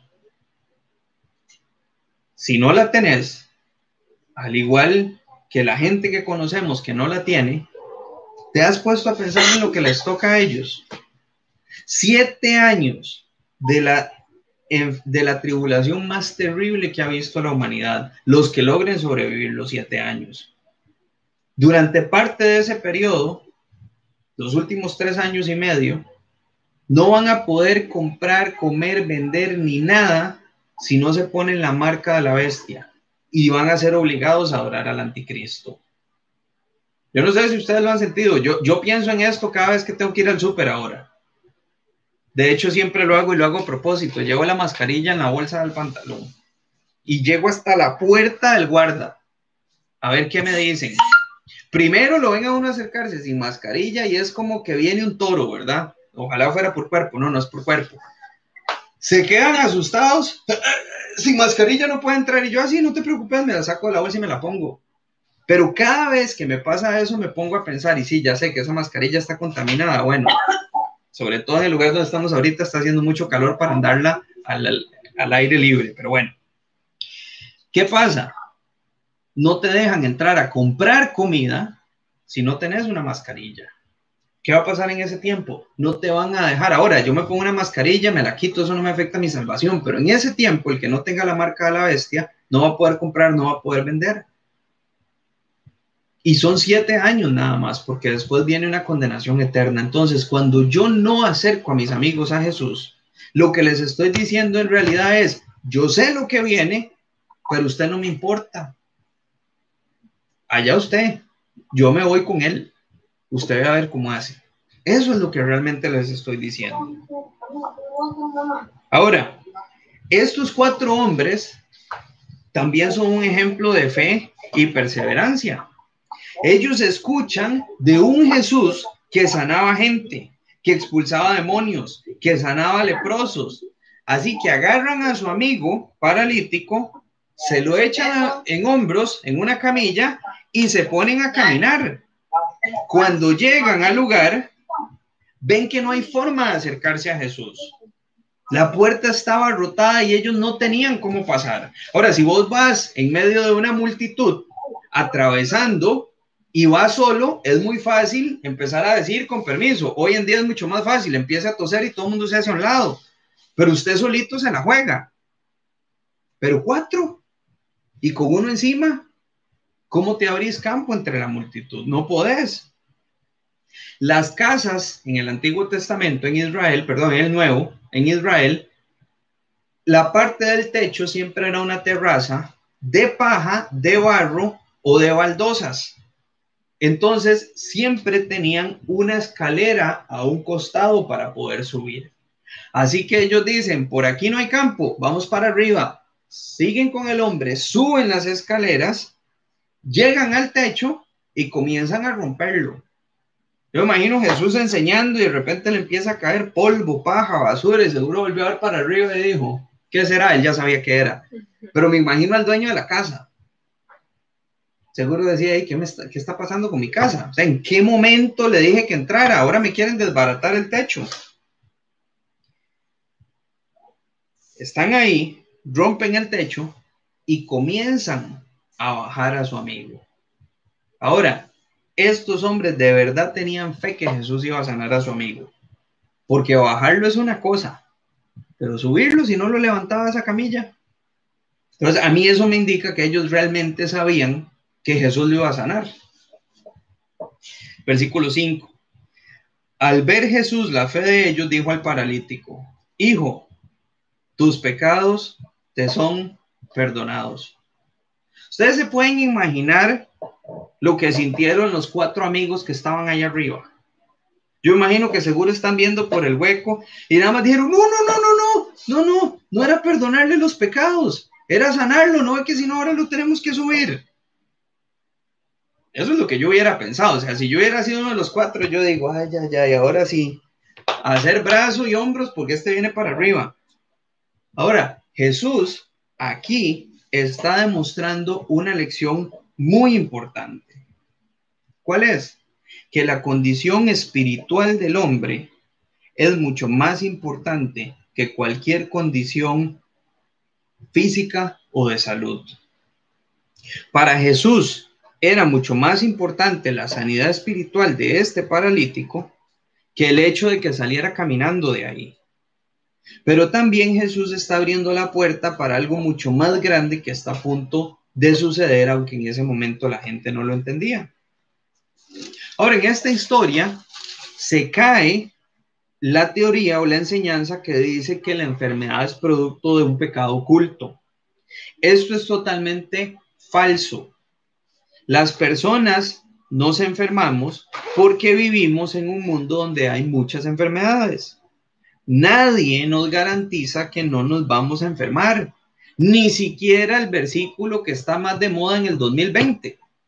Si no la tenés, al igual que la gente que conocemos que no la tiene, ¿te has puesto a pensar en lo que les toca a ellos? Siete años de la, de la tribulación más terrible que ha visto la humanidad, los que logren sobrevivir los siete años. Durante parte de ese periodo, los últimos tres años y medio, no van a poder comprar, comer, vender ni nada si no se ponen la marca de la bestia y van a ser obligados a adorar al anticristo. Yo no sé si ustedes lo han sentido. Yo, yo pienso en esto cada vez que tengo que ir al súper ahora. De hecho, siempre lo hago y lo hago a propósito. Llevo la mascarilla en la bolsa del pantalón y llego hasta la puerta del guarda a ver qué me dicen. Primero lo ven a uno acercarse sin mascarilla y es como que viene un toro, ¿verdad? Ojalá fuera por cuerpo, no, no es por cuerpo. Se quedan asustados, sin mascarilla no puede entrar, y yo así, no te preocupes, me la saco de la bolsa y me la pongo. Pero cada vez que me pasa eso me pongo a pensar, y sí, ya sé que esa mascarilla está contaminada, bueno, sobre todo en el lugar donde estamos ahorita está haciendo mucho calor para andarla al, al, al aire libre, pero bueno. ¿Qué pasa? No te dejan entrar a comprar comida si no tenés una mascarilla. ¿Qué va a pasar en ese tiempo? No te van a dejar. Ahora, yo me pongo una mascarilla, me la quito, eso no me afecta a mi salvación, pero en ese tiempo, el que no tenga la marca de la bestia, no va a poder comprar, no va a poder vender. Y son siete años nada más, porque después viene una condenación eterna. Entonces, cuando yo no acerco a mis amigos a Jesús, lo que les estoy diciendo en realidad es, yo sé lo que viene, pero usted no me importa. Allá usted, yo me voy con él. Usted va a ver cómo hace. Eso es lo que realmente les estoy diciendo. Ahora, estos cuatro hombres también son un ejemplo de fe y perseverancia. Ellos escuchan de un Jesús que sanaba gente, que expulsaba demonios, que sanaba leprosos. Así que agarran a su amigo paralítico, se lo echan en hombros, en una camilla, y se ponen a caminar. Cuando llegan al lugar, ven que no hay forma de acercarse a Jesús. La puerta estaba rotada y ellos no tenían cómo pasar. Ahora, si vos vas en medio de una multitud, atravesando y vas solo, es muy fácil empezar a decir con permiso. Hoy en día es mucho más fácil, empieza a toser y todo el mundo se hace a un lado. Pero usted solito se la juega. Pero cuatro, y con uno encima, ¿cómo te abrís campo entre la multitud? No podés. Las casas en el Antiguo Testamento, en Israel, perdón, en el Nuevo, en Israel, la parte del techo siempre era una terraza de paja, de barro o de baldosas. Entonces, siempre tenían una escalera a un costado para poder subir. Así que ellos dicen, por aquí no hay campo, vamos para arriba. Siguen con el hombre, suben las escaleras, llegan al techo y comienzan a romperlo. Yo imagino Jesús enseñando y de repente le empieza a caer polvo, paja, basura y seguro volvió a ver para arriba y dijo, ¿qué será? Él ya sabía qué era. Pero me imagino al dueño de la casa. Seguro decía, ¿qué, me está, ¿qué está pasando con mi casa? O sea, ¿en qué momento le dije que entrara? Ahora me quieren desbaratar el techo. Están ahí, rompen el techo y comienzan a bajar a su amigo. Ahora, estos hombres de verdad tenían fe que Jesús iba a sanar a su amigo. Porque bajarlo es una cosa, pero subirlo si no lo levantaba de esa camilla. Entonces, a mí eso me indica que ellos realmente sabían que Jesús lo iba a sanar. Versículo cinco. Al ver Jesús la fe de ellos, dijo al paralítico, hijo, tus pecados te son perdonados. Ustedes se pueden imaginar lo que sintieron los cuatro amigos que estaban allá arriba. Yo imagino que seguro están viendo por el hueco y nada más dijeron, no, no, no, no, no, no, no, no era perdonarle los pecados, era sanarlo, no es que si no ahora lo tenemos que subir. Eso es lo que yo hubiera pensado, o sea, si yo hubiera sido uno de los cuatro, yo digo, ay, ya, ya, y ahora sí, hacer brazo y hombros porque este viene para arriba. Ahora, Jesús aquí está demostrando una lección muy importante. ¿Cuál es? Que la condición espiritual del hombre es mucho más importante que cualquier condición física o de salud. Para Jesús era mucho más importante la sanidad espiritual de este paralítico que el hecho de que saliera caminando de ahí. Pero también Jesús está abriendo la puerta para algo mucho más grande que está a punto de suceder, aunque en ese momento la gente no lo entendía. Ahora, en esta historia se cae la teoría o la enseñanza que dice que la enfermedad es producto de un pecado oculto. Esto es totalmente falso. Las personas nos enfermamos porque vivimos en un mundo donde hay muchas enfermedades. Nadie nos garantiza que no nos vamos a enfermar, ni siquiera el versículo que está más de moda en el dos mil veinte.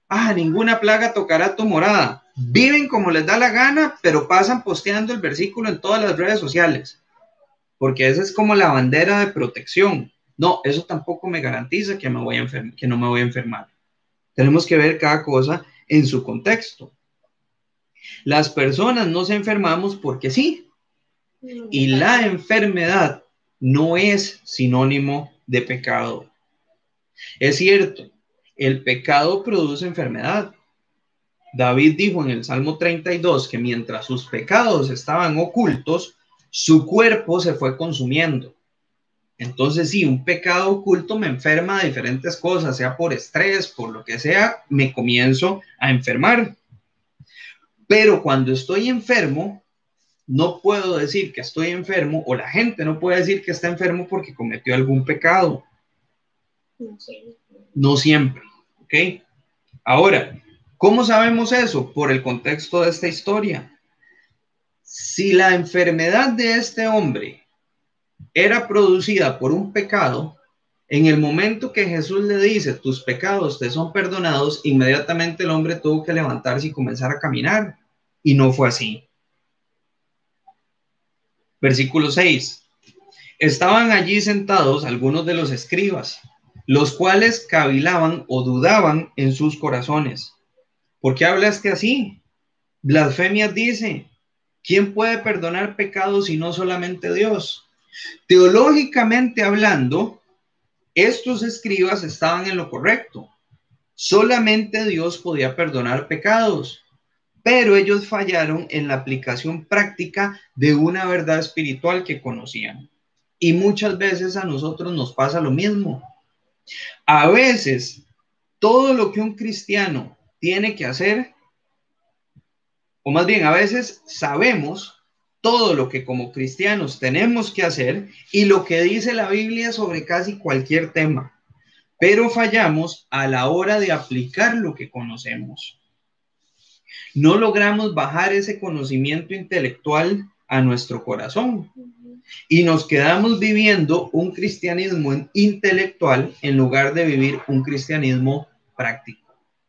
Ah, ninguna plaga tocará tu morada. Viven como les da la gana, pero pasan posteando el versículo en todas las redes sociales, porque esa es como la bandera de protección. No, eso tampoco me garantiza que, me voy a enfermar, que no me voy a enfermar. Tenemos que ver cada cosa en su contexto. Las personas nos enfermamos porque sí, y la enfermedad no es sinónimo de pecado. Es cierto, el pecado produce enfermedad. David dijo en el Salmo treinta y dos que mientras sus pecados estaban ocultos, su cuerpo se fue consumiendo. Entonces, sí, un pecado oculto me enferma de diferentes cosas, sea por estrés, por lo que sea, me comienzo a enfermar. Pero cuando estoy enfermo, no puedo decir que estoy enfermo, o la gente no puede decir que está enfermo porque cometió algún pecado. No sé. No siempre, ¿ok? Ahora, ¿cómo sabemos eso? Por el contexto de esta historia. Si la enfermedad de este hombre era producida por un pecado, en el momento que Jesús le dice, tus pecados te son perdonados, inmediatamente el hombre tuvo que levantarse y comenzar a caminar. Y no fue así. Versículo seis. Estaban allí sentados algunos de los escribas, los cuales cavilaban o dudaban en sus corazones. ¿Por qué hablaste así? Blasfemias dice. ¿Quién puede perdonar pecados si no solamente Dios? Teológicamente hablando, estos escribas estaban en lo correcto. Solamente Dios podía perdonar pecados, pero ellos fallaron en la aplicación práctica de una verdad espiritual que conocían. Y muchas veces a nosotros nos pasa lo mismo. A veces, todo lo que un cristiano tiene que hacer, o más bien a veces sabemos todo lo que como cristianos tenemos que hacer y lo que dice la Biblia sobre casi cualquier tema, pero fallamos a la hora de aplicar lo que conocemos. No logramos bajar ese conocimiento intelectual a nuestro corazón y nos quedamos viviendo un cristianismo intelectual en lugar de vivir un cristianismo práctico.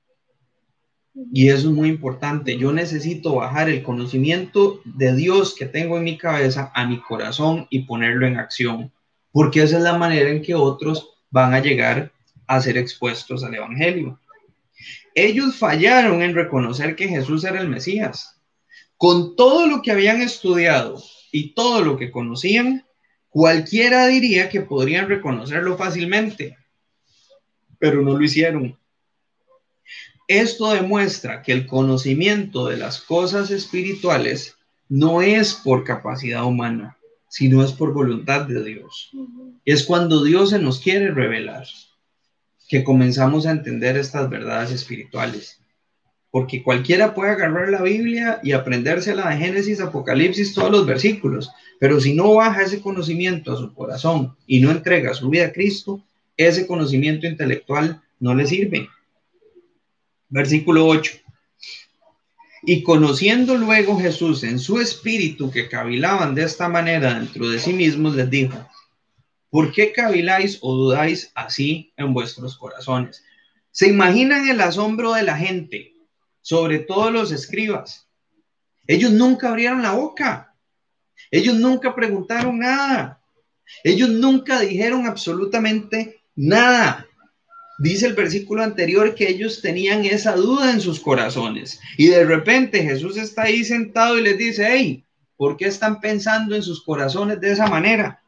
Y eso es muy importante. Yo necesito bajar el conocimiento de Dios que tengo en mi cabeza a mi corazón y ponerlo en acción, porque esa es la manera en que otros van a llegar a ser expuestos al Evangelio. Ellos fallaron en reconocer que Jesús era el Mesías. Con todo lo que habían estudiado y todo lo que conocían, cualquiera diría que podrían reconocerlo fácilmente, pero no lo hicieron. Esto demuestra que el conocimiento de las cosas espirituales no es por capacidad humana, sino es por voluntad de Dios. Es cuando Dios se nos quiere revelar que comenzamos a entender estas verdades espirituales. Porque cualquiera puede agarrar la Biblia y aprendérsela de Génesis, Apocalipsis, todos los versículos, pero si no baja ese conocimiento a su corazón y no entrega su vida a Cristo, ese conocimiento intelectual no le sirve. Versículo ocho. Y conociendo luego Jesús en su espíritu que cavilaban de esta manera dentro de sí mismos, les dijo, ¿por qué caviláis o dudáis así en vuestros corazones? ¿Se imaginan el asombro de la gente, sobre todo los escribas? Ellos nunca abrieron la boca. Ellos nunca preguntaron nada. Ellos nunca dijeron absolutamente nada. Dice el versículo anterior que ellos tenían esa duda en sus corazones. Y de repente Jesús está ahí sentado y les dice, hey, ¿por qué están pensando en sus corazones de esa manera?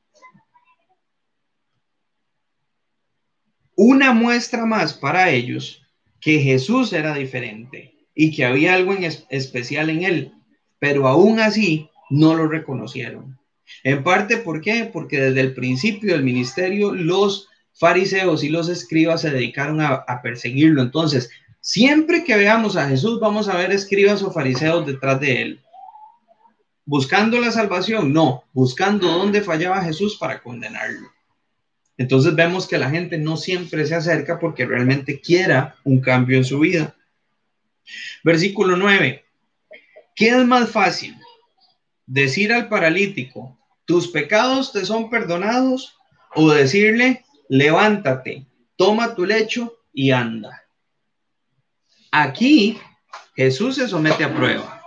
Una muestra más para ellos que Jesús era diferente y que había algo en es- especial en él, pero aún así no lo reconocieron. En parte, ¿por qué? Porque desde el principio del ministerio los fariseos y los escribas se dedicaron a, a perseguirlo. Entonces, siempre que veamos a Jesús, vamos a ver escribas o fariseos detrás de él. ¿Buscando la salvación? No, buscando dónde fallaba Jesús para condenarlo. Entonces vemos que la gente no siempre se acerca porque realmente quiera un cambio en su vida. Versículo nueve. ¿Qué es más fácil? ¿Decir al paralítico, tus pecados te son perdonados? ¿O decirle, levántate, toma tu lecho y anda? Aquí Jesús se somete a prueba.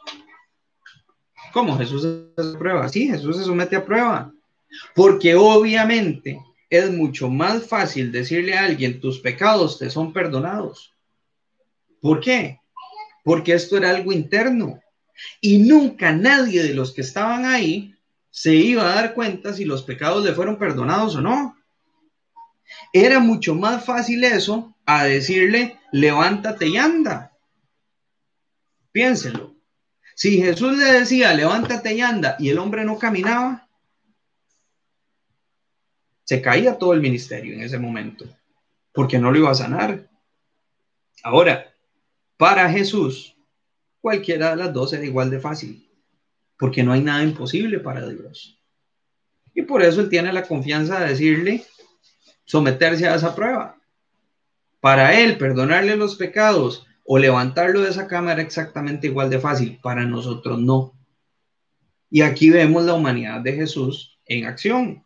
¿Cómo Jesús se somete a prueba? Sí, Jesús se somete a prueba. Porque obviamente es mucho más fácil decirle a alguien, tus pecados te son perdonados. ¿Por qué? Porque esto era algo interno. Y nunca nadie de los que estaban ahí se iba a dar cuenta si los pecados le fueron perdonados o no. Era mucho más fácil eso a decirle, levántate y anda. Piénselo. Si Jesús le decía, levántate y anda, y el hombre no caminaba, se caía todo el ministerio en ese momento, porque no lo iba a sanar. Ahora, para Jesús, cualquiera de las dos era igual de fácil, porque no hay nada imposible para Dios. Y por eso él tiene la confianza de decirle, someterse a esa prueba. Para él, perdonarle los pecados o levantarlo de esa cama era exactamente igual de fácil. Para nosotros no. Y aquí vemos la humanidad de Jesús en acción.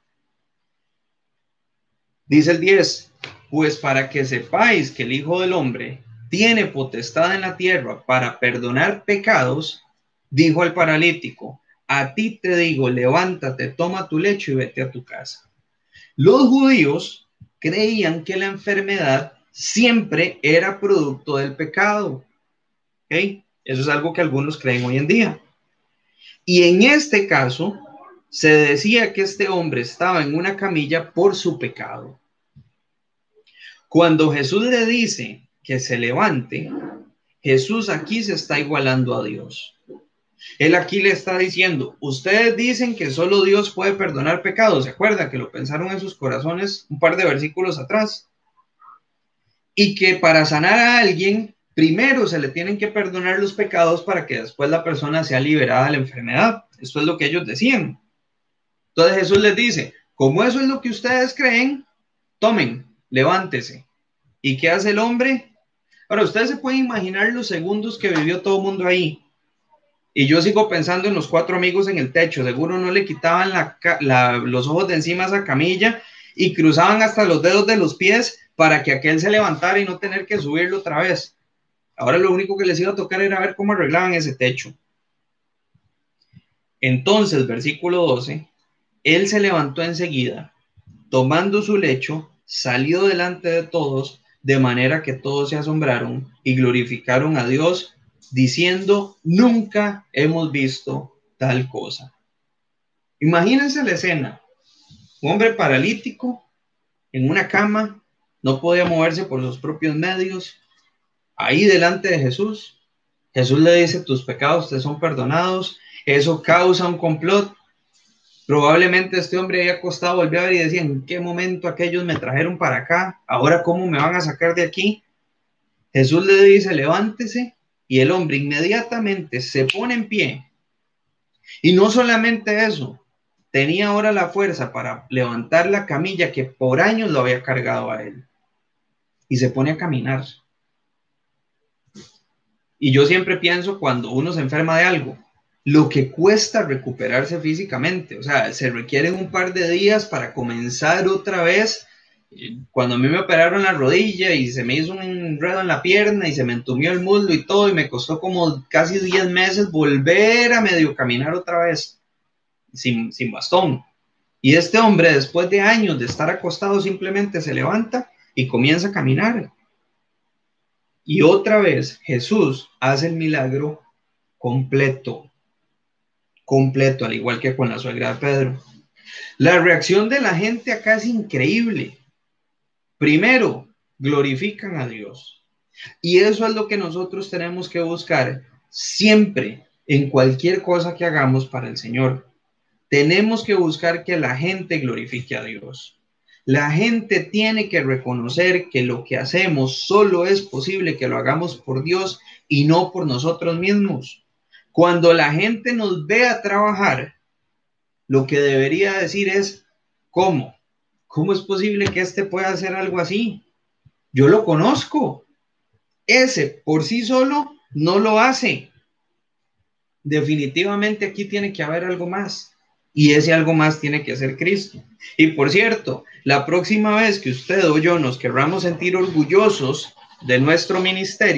Dice el diez, pues para que sepáis que el Hijo del Hombre tiene potestad en la tierra para perdonar pecados, dijo al paralítico, a ti te digo, levántate, toma tu lecho y vete a tu casa. Los judíos creían que la enfermedad siempre era producto del pecado. ¿Okay? Eso es algo que algunos creen hoy en día. Y en este caso, se decía que este hombre estaba en una camilla por su pecado. Cuando Jesús le dice que se levante, Jesús aquí se está igualando a Dios. Él aquí le está diciendo, ustedes dicen que solo Dios puede perdonar pecados. ¿Se acuerdan que lo pensaron en sus corazones un par de versículos atrás? Y que para sanar a alguien, primero se le tienen que perdonar los pecados para que después la persona sea liberada de la enfermedad. Esto es lo que ellos decían. Entonces Jesús les dice, como eso es lo que ustedes creen, tomen, levántese. ¿Y qué hace el hombre? Ahora, ustedes se pueden imaginar los segundos que vivió todo el mundo ahí. Y yo sigo pensando en los cuatro amigos en el techo. Seguro no le quitaban la, la, los ojos de encima a esa camilla y cruzaban hasta los dedos de los pies para que aquel se levantara y no tener que subirlo otra vez. Ahora lo único que les iba a tocar era ver cómo arreglaban ese techo. Entonces, versículo doce, él se levantó enseguida, tomando su lecho, salió delante de todos, de manera que todos se asombraron y glorificaron a Dios, diciendo, nunca hemos visto tal cosa. Imagínense la escena, un hombre paralítico en una cama, no podía moverse por sus propios medios, ahí delante de Jesús. Jesús le dice, tus pecados te son perdonados. Eso causa un complot. Probablemente este hombre había acostado, volvió a ver y decía, ¿en qué momento aquellos me trajeron para acá? ¿Ahora cómo me van a sacar de aquí? Jesús le dice, levántese, y el hombre inmediatamente se pone en pie. Y no solamente eso, tenía ahora la fuerza para levantar la camilla que por años lo había cargado a él. Y se pone a caminar. Y yo siempre pienso cuando uno se enferma de algo, lo que cuesta recuperarse físicamente. O sea, se requieren un par de días para comenzar otra vez. Cuando a mí me operaron la rodilla y se me hizo un enredo en la pierna y se me entumió el muslo y todo, y me costó como casi diez meses volver a medio caminar otra vez, sin, sin bastón. Y este hombre, después de años de estar acostado, simplemente se levanta y comienza a caminar. Y otra vez Jesús hace el milagro completo, completo, al igual que con la suegra de Pedro. La reacción de la gente acá es increíble. Primero, glorifican a Dios. Y eso es lo que nosotros tenemos que buscar siempre en cualquier cosa que hagamos para el Señor. Tenemos que buscar que la gente glorifique a Dios. La gente tiene que reconocer que lo que hacemos solo es posible que lo hagamos por Dios y no por nosotros mismos. Cuando la gente nos vea trabajar, lo que debería decir es, ¿cómo? ¿Cómo es posible que este pueda hacer algo así? Yo lo conozco. Ese por sí solo no lo hace. Definitivamente aquí tiene que haber algo más. Y ese algo más tiene que ser Cristo. Y por cierto, la próxima vez que usted o yo nos querramos sentir orgullosos de nuestro ministerio,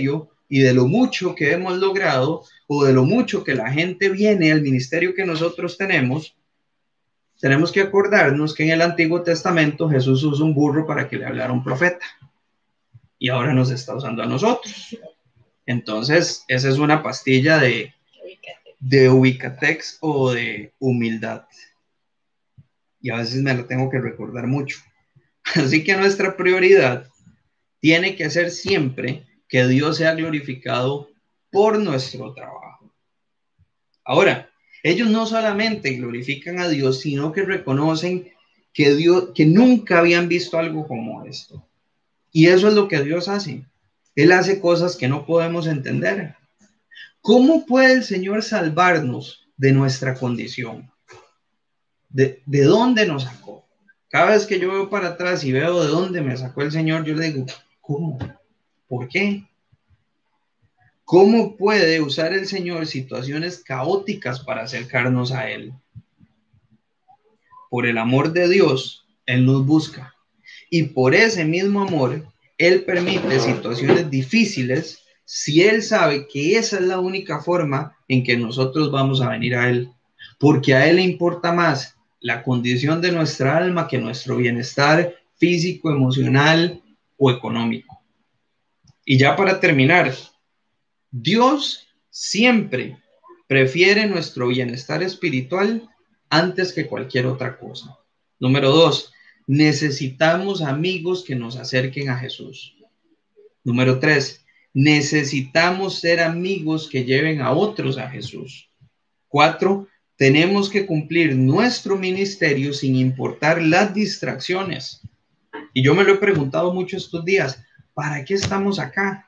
y de lo mucho que hemos logrado o de lo mucho que la gente viene al ministerio que nosotros tenemos, tenemos que acordarnos que en el Antiguo Testamento Jesús usó un burro para que le hablara a un profeta y ahora nos está usando a nosotros. Entonces, esa es una pastilla de, de ubicatex o de humildad. Y a veces me la tengo que recordar mucho. Así que nuestra prioridad tiene que ser siempre que Dios sea glorificado por nuestro trabajo. Ahora, ellos no solamente glorifican a Dios, sino que reconocen que Dios, que nunca habían visto algo como esto. Y eso es lo que Dios hace. Él hace cosas que no podemos entender. ¿Cómo puede el Señor salvarnos de nuestra condición? ¿De, de dónde nos sacó? Cada vez que yo veo para atrás y veo de dónde me sacó el Señor, yo le digo, ¿cómo? ¿Por qué? ¿Cómo puede usar el Señor situaciones caóticas para acercarnos a Él? Por el amor de Dios, Él nos busca. Y por ese mismo amor, Él permite situaciones difíciles si Él sabe que esa es la única forma en que nosotros vamos a venir a Él. Porque a Él le importa más la condición de nuestra alma que nuestro bienestar físico, emocional o económico. Y ya para terminar, Dios siempre prefiere nuestro bienestar espiritual antes que cualquier otra cosa. Número dos, necesitamos amigos que nos acerquen a Jesús. Número tres, necesitamos ser amigos que lleven a otros a Jesús. Cuatro, tenemos que cumplir nuestro ministerio sin importar las distracciones. Y yo me lo he preguntado mucho estos días, ¿para qué estamos acá?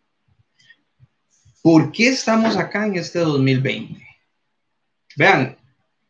¿Por qué estamos acá en este dos mil veinte? Vean,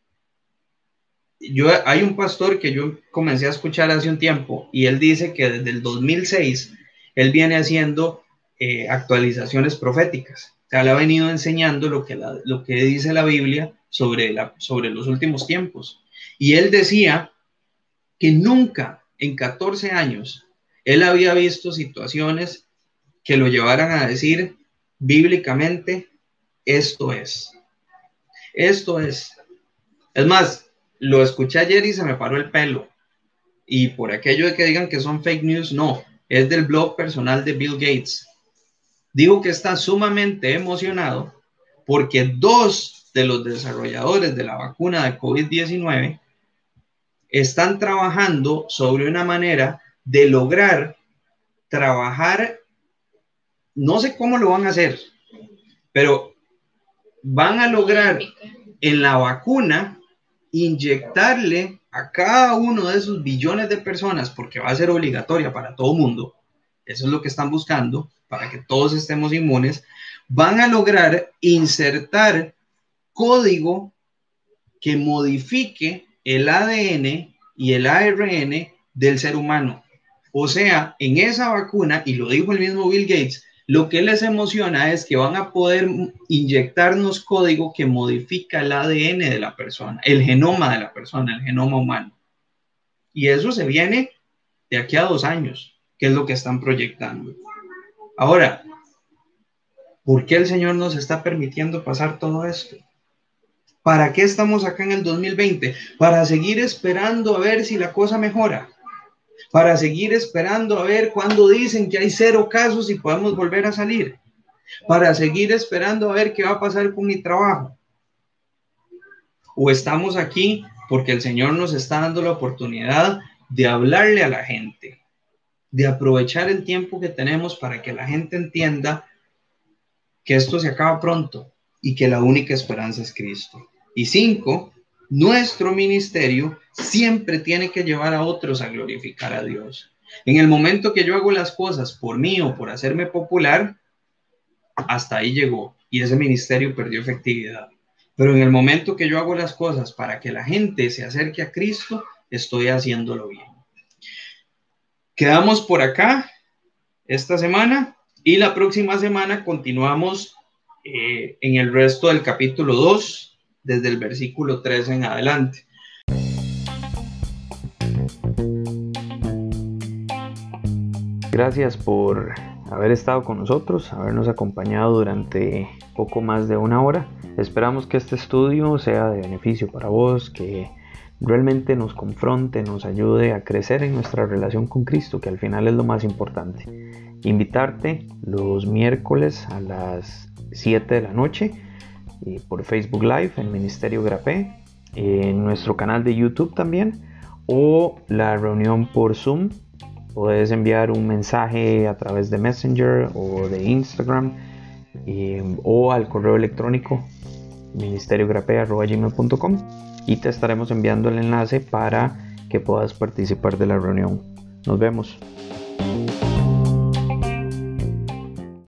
yo, hay un pastor que yo comencé a escuchar hace un tiempo y él dice que desde el dos mil seis él viene haciendo eh, actualizaciones proféticas. O sea, le ha venido enseñando lo que, la, lo que dice la Biblia sobre, la, sobre los últimos tiempos. Y él decía que nunca en catorce años él había visto situaciones que lo llevaran a decir bíblicamente, esto es. Esto es. Es más, lo escuché ayer y se me paró el pelo. Y por aquello de que digan que son fake news, no. Es del blog personal de Bill Gates. Dijo que está sumamente emocionado porque dos de los desarrolladores de la vacuna de COVID diecinueve están trabajando sobre una manera de lograr trabajar, no sé cómo lo van a hacer, pero van a lograr en la vacuna inyectarle a cada uno de esos billones de personas, porque va a ser obligatoria para todo el mundo, eso es lo que están buscando, para que todos estemos inmunes, van a lograr insertar código que modifique el A D N y el A R N del ser humano. O sea, en esa vacuna, y lo dijo el mismo Bill Gates, lo que les emociona es que van a poder inyectarnos código que modifica el A D N de la persona, el genoma de la persona, el genoma humano. Y eso se viene de aquí a dos años, que es lo que están proyectando. Ahora, ¿por qué el Señor nos está permitiendo pasar todo esto? ¿Para qué estamos acá en el dos mil veinte? Para seguir esperando a ver si la cosa mejora. Para seguir esperando a ver cuándo dicen que hay cero casos y podemos volver a salir. Para seguir esperando a ver qué va a pasar con mi trabajo. O estamos aquí porque el Señor nos está dando la oportunidad de hablarle a la gente, de aprovechar el tiempo que tenemos para que la gente entienda que esto se acaba pronto y que la única esperanza es Cristo. Y cinco, nuestro ministerio siempre tiene que llevar a otros a glorificar a Dios. En el momento que yo hago las cosas por mí o por hacerme popular, hasta ahí llegó y ese ministerio perdió efectividad. Pero en el momento que yo hago las cosas para que la gente se acerque a Cristo, estoy haciéndolo bien. Quedamos por acá esta semana y la próxima semana continuamos eh, en el resto del capítulo dos, desde el versículo tres en adelante. Gracias por haber estado con nosotros, habernos acompañado durante poco más de una hora. Esperamos que este estudio sea de beneficio para vos, que realmente nos confronte, nos ayude a crecer en nuestra relación con Cristo, que al final es lo más importante. Invitarte los miércoles a las siete de la noche eh, por Facebook Live en Ministerio Grapé, en nuestro canal de YouTube también, o la reunión por Zoom. Puedes enviar un mensaje a través de Messenger o de Instagram eh, o al correo electrónico ministerio grapé arroba gmail punto com y te estaremos enviando el enlace para que puedas participar de la reunión. Nos vemos.